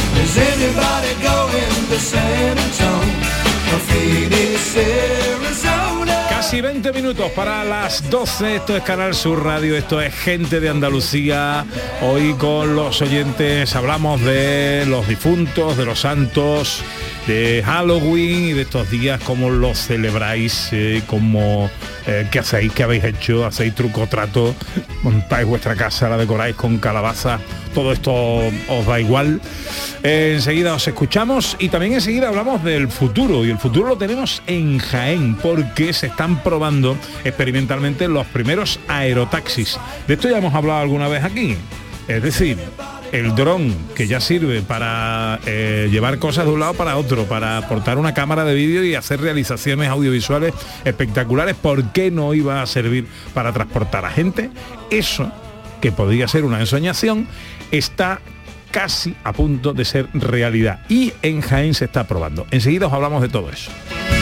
Casi veinte minutos para las doce, esto es Canal Sur Radio, esto es Gente de Andalucía. Hoy con los oyentes hablamos de los difuntos, de los santos, de Halloween y de estos días, cómo los celebráis, eh, cómo, eh, qué hacéis, qué habéis hecho, hacéis truco trato, montáis vuestra casa, la decoráis con calabaza, todo esto os da igual. Eh, enseguida os escuchamos y también enseguida hablamos del futuro, y el futuro lo tenemos en Jaén, porque se están probando experimentalmente los primeros aerotaxis. De esto ya hemos hablado alguna vez aquí, es decir, el dron que ya sirve para eh, llevar cosas de un lado para otro, para aportar una cámara de vídeo y hacer realizaciones audiovisuales espectaculares. ¿Por qué no iba a servir para transportar a gente? Eso, que podría ser una ensoñación, está casi a punto de ser realidad, y en Jaén se está probando. Enseguida os hablamos de todo eso.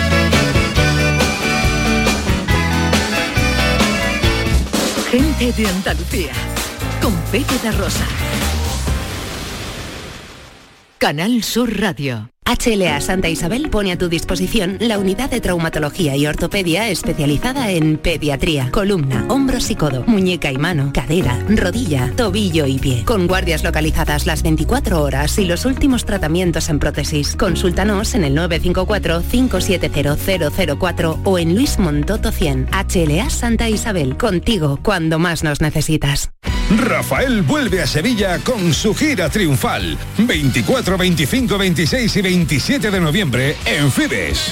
Gente de Andalucía, con Pepe da Rosa. Canal Sur Radio. H L A Santa Isabel pone a tu disposición la unidad de traumatología y ortopedia especializada en pediatría, columna, hombros y codo, muñeca y mano, cadera, rodilla, tobillo y pie. Con guardias localizadas las veinticuatro horas y los últimos tratamientos en prótesis. Consúltanos en el nueve cinco cuatro, cinco siete cero, cero cero cuatro o en Luis Montoto cien. H L A Santa Isabel, contigo cuando más nos necesitas. Rafael vuelve a Sevilla con su gira triunfal. veinticuatro, veinticinco, veintiséis y veintisiete de noviembre en Fibes.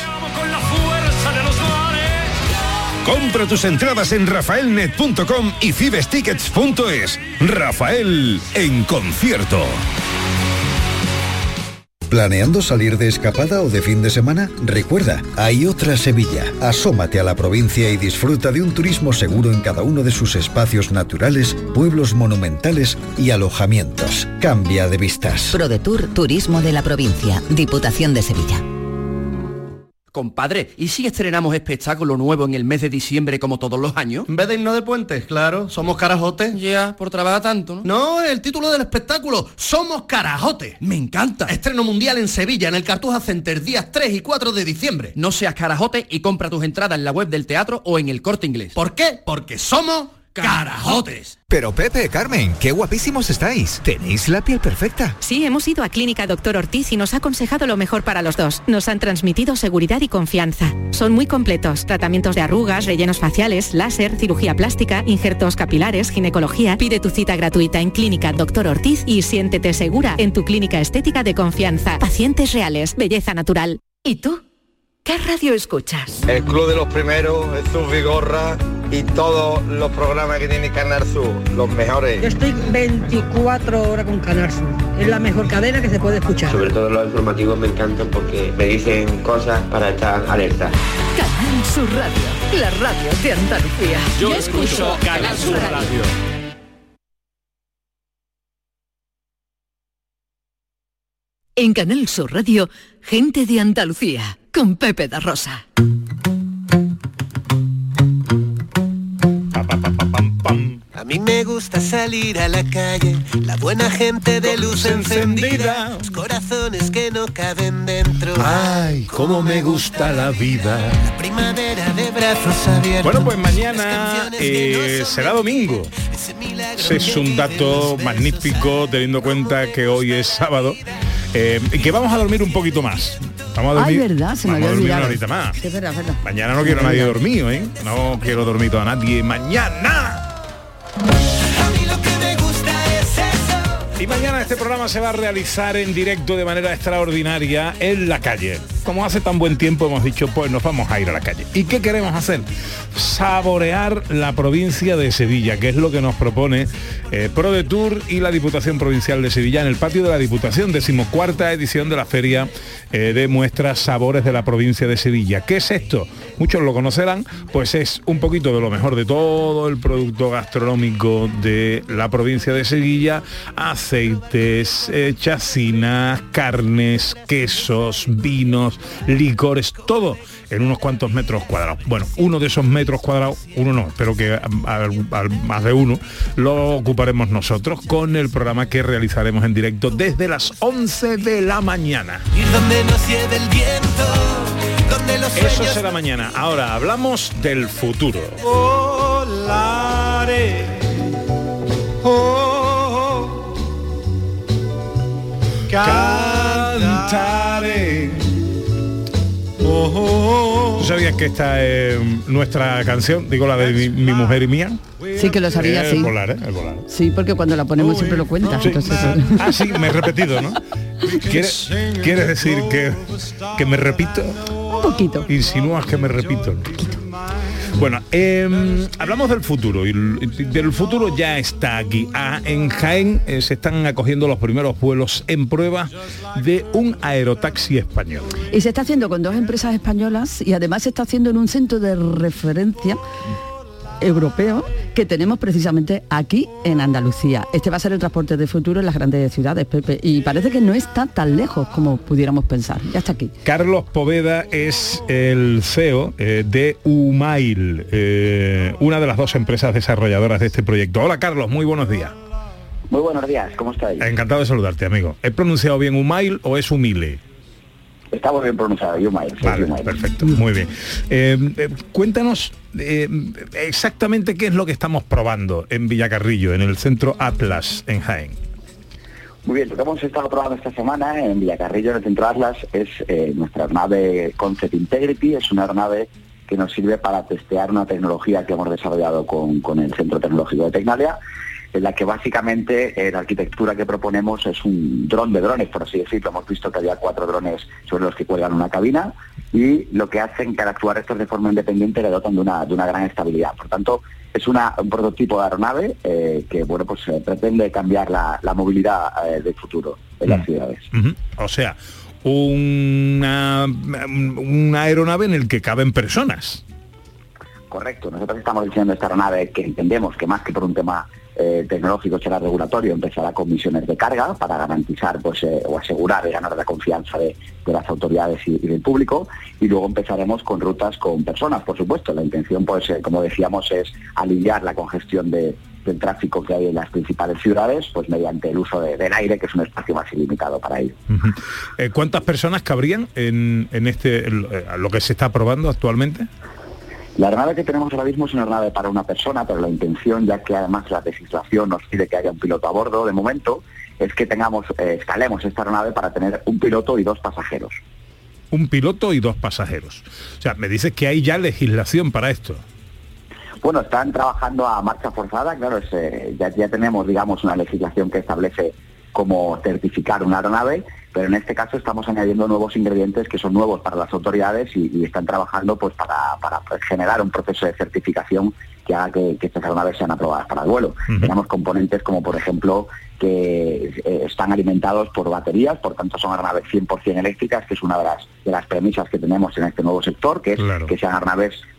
Compra tus entradas en rafael net punto com y fibes tickets punto es. Rafael en concierto. ¿Planeando salir de escapada o de fin de semana? Recuerda, hay otra Sevilla. Asómate a la provincia y disfruta de un turismo seguro en cada uno de sus espacios naturales, pueblos monumentales y alojamientos. Cambia de vistas. ProDetour Turismo de la Provincia, Diputación de Sevilla. Compadre, ¿y si estrenamos espectáculo nuevo en el mes de diciembre como todos los años? En vez de irnos de puentes, claro, somos carajotes. Ya, por trabajar tanto, ¿no? No, el título del espectáculo, Somos Carajotes. Me encanta. Estreno mundial en Sevilla, en el Cartuja Center, días tres y cuatro de diciembre. No seas carajote y compra tus entradas en la web del teatro o en el Corte Inglés. ¿Por qué? Porque somos carajotes. Pero Pepe, Carmen, qué guapísimos estáis. Tenéis la piel perfecta. Sí, hemos ido a Clínica Doctor Ortiz y nos ha aconsejado lo mejor para los dos. Nos han transmitido seguridad y confianza. Son muy completos. Tratamientos de arrugas, rellenos faciales, láser, cirugía plástica, injertos capilares, ginecología. Pide tu cita gratuita en Clínica Doctor Ortiz y siéntete segura en tu clínica estética de confianza. Pacientes reales, belleza natural. ¿Y tú? ¿Qué radio escuchas? El Club de los Primeros, Jesús Vigorra y todos los programas que tiene Canal Sur, los mejores. Yo estoy veinticuatro horas con Canal Sur. Es la mejor cadena que se puede escuchar. Sobre todo los informativos me encantan porque me dicen cosas para estar alerta. Canal Sur Radio, la radio de Andalucía. Yo, Yo escucho Canal Sur Radio. En Canal Sur Radio, Gente de Andalucía, con Pepe da Rosa. Pa, pa, pa, pa. gusta salir a la calle, la buena gente de luz encendida, los corazones que no caben dentro. Ay, cómo me gusta la vida. La primavera de brazos abiertos. Bueno, pues mañana eh, será domingo. Ese es un dato magnífico, teniendo en cuenta que hoy es sábado. Eh, y que vamos a dormir un poquito más. Vamos a dormir, Ay, verdad, se me había vamos a dormir olvidado. una horita más. Sí, es verdad, es verdad. Mañana no quiero a nadie dormido, ¿eh? No quiero dormir a nadie mañana. Y mañana este programa se va a realizar en directo de manera extraordinaria en la calle. Como hace tan buen tiempo hemos dicho, pues nos vamos a ir a la calle. ¿Y qué queremos hacer? Saborear la provincia de Sevilla, que es lo que nos propone eh, ProDetour y la Diputación Provincial de Sevilla en el patio de la Diputación, decimocuarta edición de la Feria eh, de Muestras Sabores de la Provincia de Sevilla. ¿Qué es esto? Muchos lo conocerán, pues es un poquito de lo mejor de todo el producto gastronómico de la provincia de Sevilla, aceites, eh, chacinas, carnes, quesos, vinos, licores, todo en unos cuantos metros cuadrados. Bueno, uno de esos metros cuadrados, uno no, pero que al, al, más de uno, lo ocuparemos nosotros con el programa que realizaremos en directo desde las once de la mañana. Ir donde nos lleve el viento, donde los Eso sueños... será mañana. Ahora hablamos del futuro. Volaré. Oh, oh. Cantaré. Oh, oh, oh. ¿Tú sabías que esta es nuestra canción? Digo, la de mi, mi mujer y mía. Sí, que lo sabía, Eh, sí. El volar, ¿eh? El volar. Sí, porque cuando la ponemos siempre lo cuentas. Sí. Entonces, Ah, sí, me he repetido, ¿no? ¿Quieres, ¿quieres decir que, que me repito? un poquito. Insinúas que me repito. Bueno, eh, hablamos del futuro y del futuro ya está aquí. Ah, en Jaén eh, se están acogiendo los primeros vuelos en prueba de un aerotaxi español. Y se está haciendo con dos empresas españolas y además se está haciendo en un centro de referencia europeo que tenemos precisamente aquí en Andalucía. Este va a ser el transporte de futuro en las grandes ciudades, Pepe, y parece que no está tan lejos como pudiéramos pensar. Ya está aquí. Carlos Poveda es el C E O eh, de Umail, eh, una de las dos empresas desarrolladoras de este proyecto. Hola Carlos, muy buenos días. Muy buenos días, ¿cómo estáis? Encantado de saludarte, amigo. ¿He pronunciado bien Umail o es Humile? Está muy bien pronunciado, Umail. Sí, Vale, Umail. perfecto, muy bien. Eh, eh, cuéntanos eh, exactamente qué es lo que estamos probando en Villacarrillo, en el centro Atlas, en Jaén. Muy bien, lo que hemos estado probando esta semana en Villacarrillo, en el centro Atlas, es eh, nuestra aeronave Concept Integrity. Es una aeronave que nos sirve para testear una tecnología que hemos desarrollado con, con el Centro Tecnológico de Tecnalia, en la que básicamente eh, la arquitectura que proponemos es un dron de drones, por así decirlo. Hemos visto que había cuatro drones sobre los que cuelgan una cabina y lo que hacen que al actuar estos de forma independiente le dotan de una, de una gran estabilidad. Por tanto, es una, un prototipo de aeronave eh, que bueno pues eh, pretende cambiar la, la movilidad eh, del futuro en las ciudades. Uh-huh. O sea, una, una aeronave en el que caben personas. Correcto, nosotros estamos diseñando esta aeronave que entendemos que más que por un tema eh, tecnológico será regulatorio, empezará con misiones de carga para garantizar pues eh, o asegurar y ganar la confianza de, de las autoridades y, y del público, y luego empezaremos con rutas con personas, por supuesto. La intención, pues eh, como decíamos, es aliviar la congestión de, del tráfico que hay en las principales ciudades, pues mediante el uso de, del aire, que es un espacio más ilimitado para ello. Uh-huh. eh, ¿Cuántas personas cabrían en, en este el, lo que se está probando actualmente? La aeronave que tenemos ahora mismo es una aeronave para una persona, pero la intención, ya que además la legislación nos pide que haya un piloto a bordo, de momento, es que tengamos, eh, escalemos esta aeronave para tener un piloto y dos pasajeros. Un piloto y dos pasajeros. O sea, me dices que hay ya legislación para esto. Bueno, están trabajando a marcha forzada, claro, es, eh, ya, ya tenemos, digamos, una legislación que establece cómo certificar una aeronave, pero en este caso estamos añadiendo nuevos ingredientes que son nuevos para las autoridades y, y están trabajando pues para, para generar un proceso de certificación que haga que, que estas aeronaves sean aprobadas para el vuelo. Uh-huh. Tenemos componentes como, por ejemplo, que eh, están alimentados por baterías, por tanto son aeronaves cien por ciento eléctricas, que es una de las, de las premisas que tenemos en este nuevo sector, que es claro. que sean aeronaves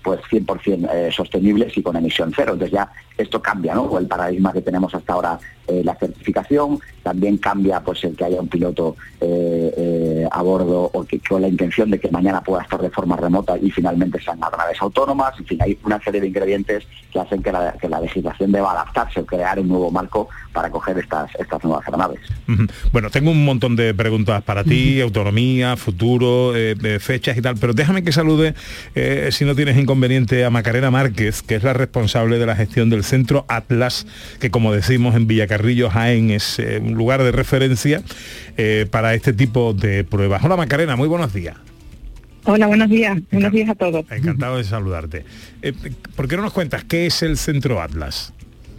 pues cien por ciento eh, sostenibles y con emisión cero. Entonces ya esto cambia, ¿no? El paradigma que tenemos hasta ahora, eh, la certificación, también cambia pues el que haya un piloto eh, eh, a bordo o que con la intención de que mañana pueda estar de forma remota y finalmente sean aeronaves autónomas. En fin, hay una serie de ingredientes que hacen que la, que la legislación deba adaptarse o crear un nuevo marco para coger estas, estas nuevas aeronaves. Uh-huh. Bueno, tengo un montón de preguntas para ti, uh-huh. autonomía, futuro, eh, eh, fechas y tal, pero déjame que salude, eh, si no tienes inconveniente, a Macarena Márquez, que es la responsable de la gestión del Centro Atlas, que como decimos en Villacarrillo, Jaén, es eh, un lugar de referencia eh, para este tipo de pruebas. Hola Macarena, muy buenos días. Hola, buenos días. Encant- buenos días a todos. Encantado de saludarte. Eh, ¿Por qué no nos cuentas qué es el Centro Atlas?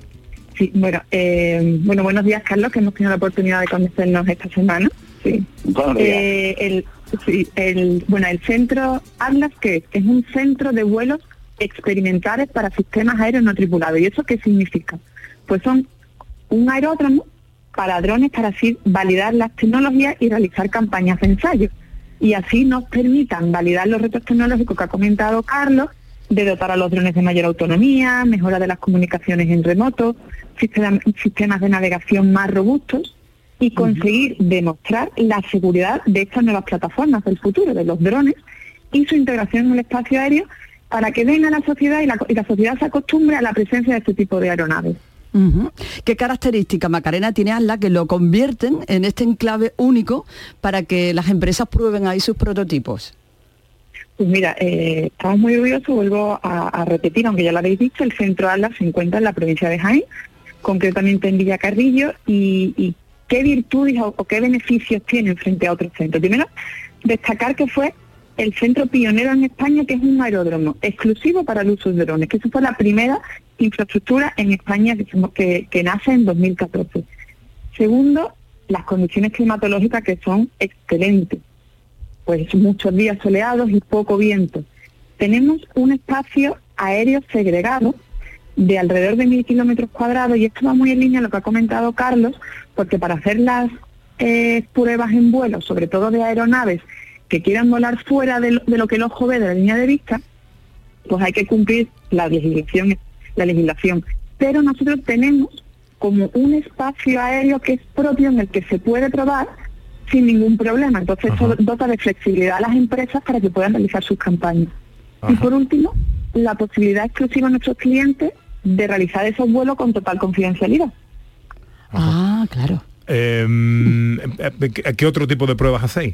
Sí, bueno, eh, bueno, buenos días, Carlos, que hemos tenido la oportunidad de conocernos esta semana. Sí. Buenos días. Eh, el, sí, el, bueno, el Centro Atlas, que es un centro de vuelos experimentales para sistemas aéreos no tripulados. ¿Y eso qué significa? Pues son un aeródromo para drones para así validar las tecnologías y realizar campañas de ensayo. Y así nos permitan validar los retos tecnológicos que ha comentado Carlos, de dotar a los drones de mayor autonomía, mejora de las comunicaciones en remoto, sistema, sistemas de navegación más robustos y conseguir uh-huh. demostrar la seguridad de estas nuevas plataformas del futuro, de los drones y su integración en el espacio aéreo, para que venga la sociedad y la, y la sociedad se acostumbre a la presencia de este tipo de aeronaves. Uh-huh. ¿Qué características, Macarena, tiene Atlas que lo convierten en este enclave único para que las empresas prueben ahí sus prototipos? Pues mira, eh, estamos muy orgullosos, vuelvo a, a repetir, aunque ya lo habéis dicho, el Centro Atlas se encuentra en la provincia de Jaén, concretamente en Villacarrillo, y, y qué virtudes o, o qué beneficios tienen frente a otros centros. Primero, destacar que fue el centro pionero en España, que es un aeródromo exclusivo para el uso de drones, que eso fue la primera infraestructura en España que, que, que nace en dos mil catorce. Segundo, las condiciones climatológicas, que son excelentes, pues muchos días soleados y poco viento. Tenemos un espacio aéreo segregado de alrededor de mil kilómetros cuadrados, y esto va muy en línea a lo que ha comentado Carlos, porque para hacer las eh, pruebas en vuelo, sobre todo de aeronaves que quieran volar fuera de lo, de lo que el ojo ve de la línea de vista, pues hay que cumplir la legislación, la legislación. Pero nosotros tenemos como un espacio aéreo que es propio, en el que se puede probar sin ningún problema. Entonces eso dota de flexibilidad a las empresas para que puedan realizar sus campañas. Ajá. Y por último, la posibilidad exclusiva a nuestros clientes de realizar esos vuelos con total confidencialidad. Ah, claro. Eh, ¿Qué otro tipo de pruebas hacéis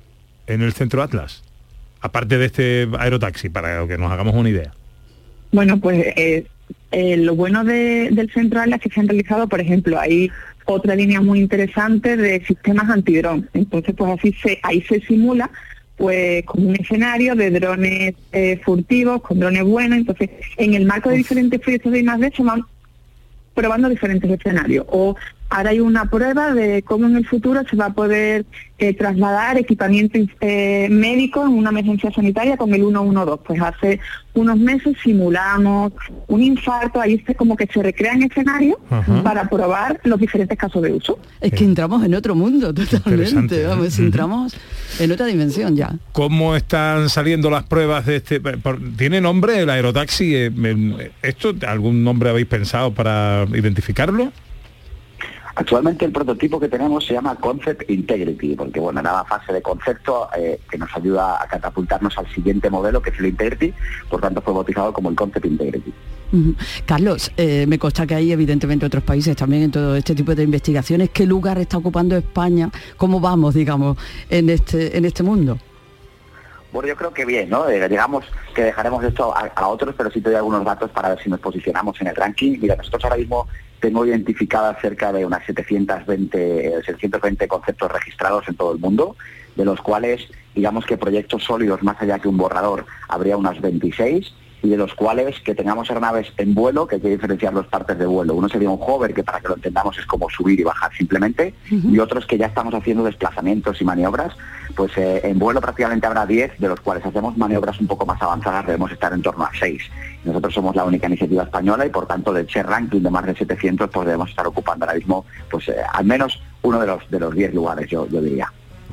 en el Centro Atlas? Aparte de este aerotaxi, para que nos hagamos una idea. Bueno, pues eh, eh, lo bueno de, del Centro Atlas es que se han realizado, por ejemplo, hay otra línea muy interesante de sistemas antidrón. Entonces, pues así se, ahí se simula pues como un escenario de drones eh, furtivos, con drones buenos. Entonces, en el marco de diferentes proyectos de I más D se van probando diferentes escenarios. O ahora hay una prueba de cómo en el futuro se va a poder eh, trasladar equipamiento eh, médico en una emergencia sanitaria con el uno uno dos. Pues hace unos meses simulamos un infarto, ahí es como que se recrean escenarios Ajá. para probar los diferentes casos de uso. Es que entramos en otro mundo totalmente, ¿eh? Vamos, uh-huh. entramos en otra dimensión ya. ¿Cómo están saliendo las pruebas de este? ¿Tiene nombre el aerotaxi? ¿Esto algún nombre habéis pensado para identificarlo? Actualmente el prototipo que tenemos se llama Concept Integrity, porque bueno, era la fase de concepto eh, que nos ayuda a catapultarnos al siguiente modelo, que es el Integrity, por tanto fue bautizado como el Concept Integrity. Uh-huh. Carlos, eh, me consta que hay evidentemente otros países también en todo este tipo de investigaciones. ¿Qué lugar está ocupando España? ¿Cómo vamos, digamos, en este, en este mundo? Bueno, yo creo que bien, ¿no? Eh, digamos que dejaremos esto a, a otros, pero sí te doy algunos datos para ver si nos posicionamos en el ranking. Mira, nosotros ahora mismo tengo identificadas cerca de unas setecientos veinte conceptos registrados en todo el mundo, de los cuales, digamos que proyectos sólidos, más allá que un borrador, habría unas veintiséis, y de los cuales que tengamos aeronaves en vuelo, que hay que diferenciar dos partes de vuelo. Uno sería un hover, que para que lo entendamos es como subir y bajar simplemente, uh-huh. y otros que ya estamos haciendo desplazamientos y maniobras. Pues eh, en vuelo prácticamente habrá diez, de los cuales hacemos maniobras un poco más avanzadas, debemos estar en torno a seis. Nosotros somos la única iniciativa española y por tanto del share ranking de más de setecientos, pues debemos estar ocupando ahora mismo pues eh, al menos uno de los de los diez lugares, yo, yo diría.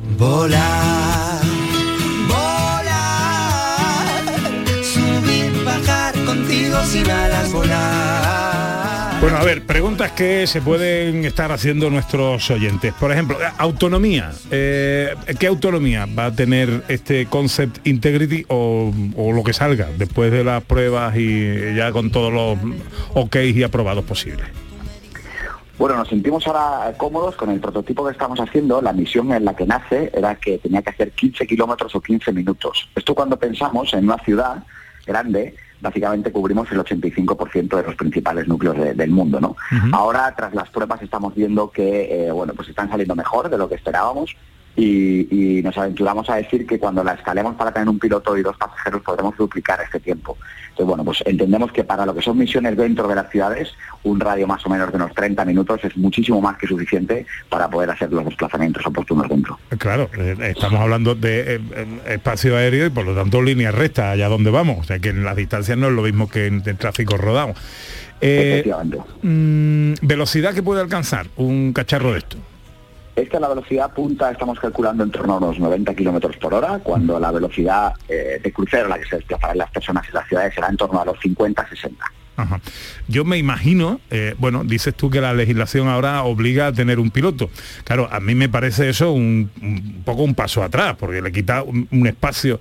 Volar, volar, subir, bajar. puedo sin alas volar. Bueno, a ver, preguntas que se pueden estar haciendo nuestros oyentes. Por ejemplo, autonomía. Eh, ¿Qué autonomía va a tener este Concept Integrity o, o lo que salga después de las pruebas y ya con todos los ok y aprobados posibles? Bueno, nos sentimos ahora cómodos con el prototipo que estamos haciendo. La misión en la que nace era que tenía que hacer quince kilómetros o quince minutos. Esto cuando pensamos en una ciudad grande, básicamente cubrimos el ochenta y cinco por ciento de los principales núcleos de, del mundo, ¿no? Uh-huh. Ahora, tras las pruebas, estamos viendo que, eh, bueno, pues están saliendo mejor de lo que esperábamos y, y nos aventuramos a decir que cuando la escalemos para tener un piloto y dos pasajeros podremos duplicar este tiempo. Entonces, bueno, pues entendemos que para lo que son misiones dentro de las ciudades, un radio más o menos de unos treinta minutos es muchísimo más que suficiente para poder hacer los desplazamientos oportunos dentro. Claro, eh, estamos hablando de eh, espacio aéreo y por lo tanto línea recta allá donde vamos, o sea que en las distancias no es lo mismo que en, en tráfico rodado. Eh, Efectivamente. Mmm, ¿Velocidad que puede alcanzar un cacharro de esto? Esta la velocidad punta estamos calculando en torno a unos noventa kilómetros por hora, cuando la velocidad eh, de crucero a la que se desplazarán las personas en las ciudades será en torno a los cincuenta a sesenta. Ajá. Yo me imagino, eh, bueno, dices tú que la legislación ahora obliga a tener un piloto. Claro, a mí me parece eso un, un poco un paso atrás, porque le quita un, un espacio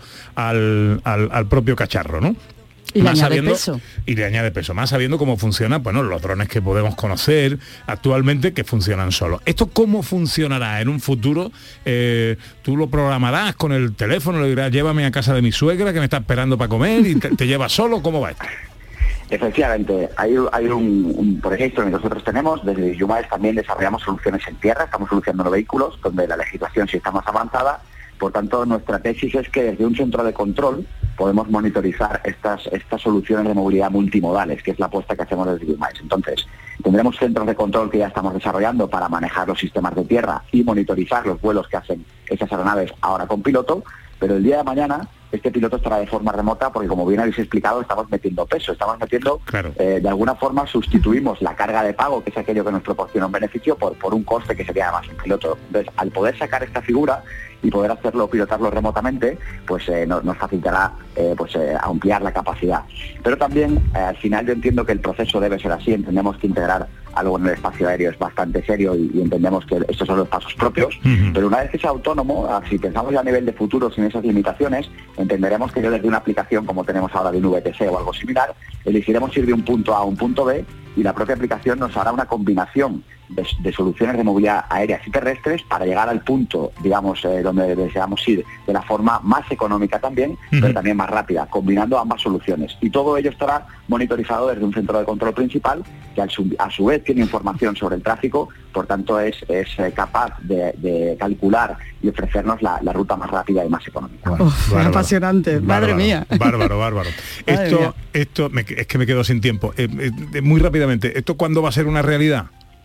al, al, al propio cacharro, ¿no? Y le más añade sabiendo, peso. Y le añade peso, más sabiendo cómo funciona, bueno, los drones que podemos conocer actualmente que funcionan solos. ¿Esto cómo funcionará en un futuro? Eh, ¿Tú lo programarás con el teléfono? Le dirás, llévame a casa de mi suegra que me está esperando para comer y te, te llevas solo? ¿Cómo va esto? Efectivamente, hay, hay un, un proyecto que nosotros tenemos, desde Yumaes también desarrollamos soluciones en tierra, estamos solucionando vehículos, donde la legislación sí está más avanzada. Por tanto, nuestra tesis es que desde un centro de control podemos monitorizar estas, estas soluciones de movilidad multimodales, que es la apuesta que hacemos desde Yumaes. Entonces, tendremos centros de control que ya estamos desarrollando para manejar los sistemas de tierra y monitorizar los vuelos que hacen esas aeronaves ahora con piloto, pero el día de mañana este piloto estará de forma remota porque, como bien habéis explicado, estamos metiendo peso, estamos metiendo, claro. eh, de alguna forma sustituimos la carga de pago, que es aquello que nos proporciona un beneficio, por, por un coste que sería más un piloto. Entonces, al poder sacar esta figura y poder hacerlo, pilotarlo remotamente, pues eh, nos, nos facilitará eh, pues eh, ampliar la capacidad. Pero también, eh, al final yo entiendo que el proceso debe ser así, entendemos que integrar algo en el espacio aéreo es bastante serio y, y entendemos que estos son los pasos propios, uh-huh. pero una vez que sea autónomo, si pensamos ya a nivel de futuro sin esas limitaciones, entenderemos que yo desde una aplicación como tenemos ahora de un V T C o algo similar, elegiremos ir de un punto A a un punto B y la propia aplicación nos hará una combinación de, de soluciones de movilidad aéreas y terrestres para llegar al punto, digamos, eh, donde deseamos ir de la forma más económica también, uh-huh. pero también más rápida, combinando ambas soluciones. Y todo ello estará monitorizado desde un centro de control principal que a su, a su vez tiene información sobre el tráfico, por tanto es, es eh, capaz de, de calcular y ofrecernos la, la ruta más rápida y más económica. Uf, es apasionante, madre bárbaro, mía. Bárbaro, bárbaro. Madre esto, mía. esto me, es que me quedo sin tiempo. Eh, eh, muy rápidamente, ¿esto cuándo va a ser una realidad?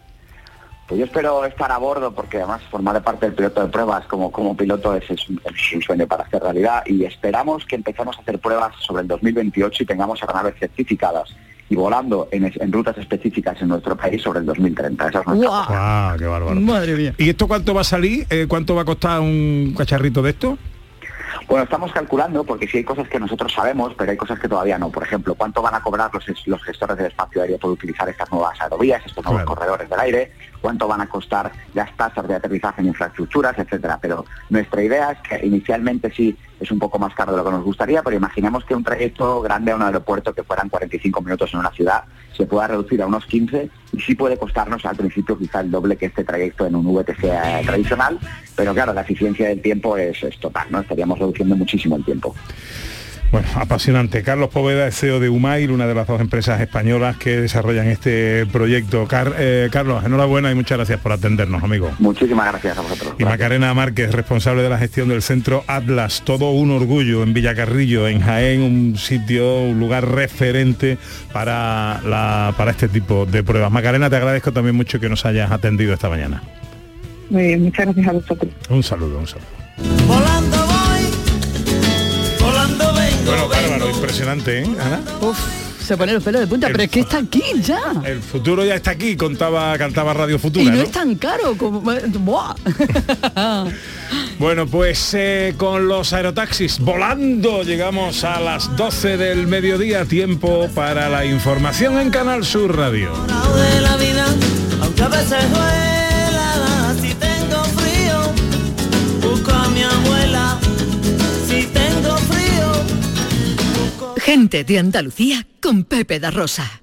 Pues yo espero estar a bordo porque además formar parte del piloto de pruebas como, como piloto es, es, un, es un sueño para hacer realidad y esperamos que empecemos a hacer pruebas sobre el dos mil veintiocho y tengamos aeronaves certificadas y volando en, en rutas específicas en nuestro país sobre el dos mil treinta. Esa es nuestra ¡Wow! ¡Ah, qué bárbaro! Madre mía. ¿Y esto cuánto va a salir? Eh, ¿Cuánto va a costar un cacharrito de esto? Bueno, estamos calculando, porque sí hay cosas que nosotros sabemos, pero hay cosas que todavía no. Por ejemplo, ¿cuánto van a cobrar los, los gestores del espacio aéreo por utilizar estas nuevas aerovías, estos nuevos claro. corredores del aire? ¿Cuánto van a costar las tasas de aterrizaje en infraestructuras, etcétera? Pero nuestra idea es que inicialmente sí es un poco más caro de lo que nos gustaría, pero imaginemos que un trayecto grande a un aeropuerto que fueran cuarenta y cinco minutos en una ciudad se pueda reducir a unos quince y sí puede costarnos al principio quizá el doble que este trayecto en un V T C tradicional, pero claro, la eficiencia del tiempo es, es total, ¿no? Estaríamos reduciendo muchísimo el tiempo. Bueno, apasionante. Carlos Poveda es C E O de Umail, una de las dos empresas españolas que desarrollan este proyecto. Car eh, Carlos, enhorabuena y muchas gracias por atendernos, amigo. Muchísimas gracias a vosotros. Y Macarena Márquez, responsable de la gestión del Centro Atlas, todo un orgullo en Villacarrillo, en Jaén, un sitio, un lugar referente para, la, para este tipo de pruebas. Macarena, te agradezco también mucho que nos hayas atendido esta mañana. Muy bien, muchas gracias a vosotros. Un saludo, un saludo. Volando voy, volando vengo. Bueno, bárbaro, impresionante, ¿eh, Ana? Uf. Se pone los pelos de punta, El- pero es que está aquí ya. El futuro ya está aquí, contaba, cantaba Radio Futura, Y no, ¿no? es tan caro como... ¡Buah! Bueno, pues eh, con los aerotaxis volando llegamos a las doce del mediodía, tiempo para la información en Canal Sur Radio. De la vida, aunque a veces duela, si tengo frío, busco a mi abuela, si tengo frío. Gente de Andalucía con Pepe da Rosa.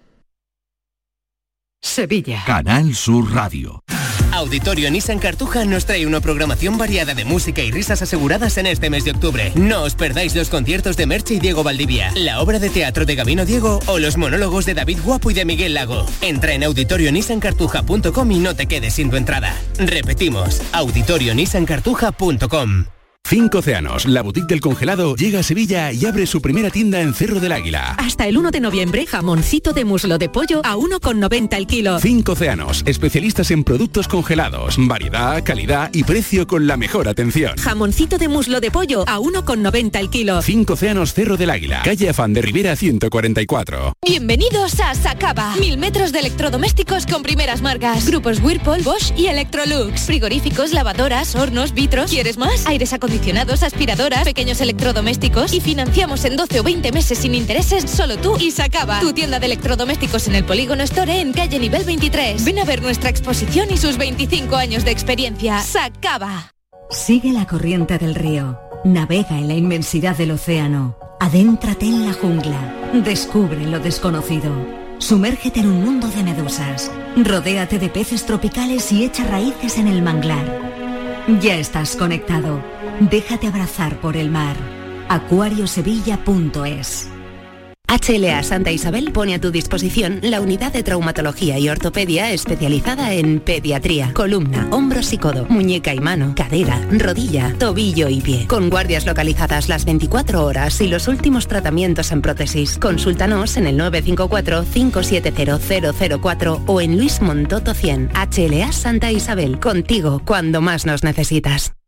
Sevilla. Canal Sur Radio. Auditorio Nissan Cartuja nos trae una programación variada de música y risas aseguradas en este mes de octubre. No os perdáis los conciertos de Merche y Diego Valdivia, la obra de teatro de Gabino Diego o los monólogos de David Guapo y de Miguel Lago. Entra en auditorio nissan cartuja punto com y no te quedes sin tu entrada. Repetimos, auditorio nissan cartuja punto com. Cinco Océanos, la boutique del congelado, llega a Sevilla y abre su primera tienda en Cerro del Águila. Hasta el uno de noviembre, jamoncito de muslo de pollo a uno con noventa el kilo. Cinco Océanos, especialistas en productos congelados, variedad, calidad y precio con la mejor atención. Jamoncito de muslo de pollo a uno con noventa el kilo. Cinco Océanos, Cerro del Águila, calle Afán de Rivera ciento cuarenta y cuatro. Bienvenidos a Sacaba. Mil metros de electrodomésticos con primeras marcas. Grupos Whirlpool, Bosch y Electrolux. Frigoríficos, lavadoras, hornos, vitros. ¿Quieres más? Aires acondicionados, aspiradoras, pequeños electrodomésticos. Y financiamos en doce o veinte meses sin intereses solo tú y Sacaba. Tu tienda de electrodomésticos en el Polígono Store en calle Nivel veintitrés. Ven a ver nuestra exposición y sus veinticinco años de experiencia. Sacaba. Sigue la corriente del río. Navega en la inmensidad del océano. Adéntrate en la jungla. Descubre lo desconocido. Sumérgete en un mundo de medusas. Rodéate de peces tropicales y echa raíces en el manglar. Ya estás conectado. Déjate abrazar por el mar. acuario sevilla punto es. H L A Santa Isabel pone a tu disposición la unidad de traumatología y ortopedia especializada en pediatría, columna, hombros y codo, muñeca y mano, cadera, rodilla, tobillo y pie. Con guardias localizadas las veinticuatro horas y los últimos tratamientos en prótesis. Consúltanos en el nueve cinco cuatro, cinco siete cero, cero cero cuatro o en Luis Montoto cien. H L A Santa Isabel, contigo cuando más nos necesitas.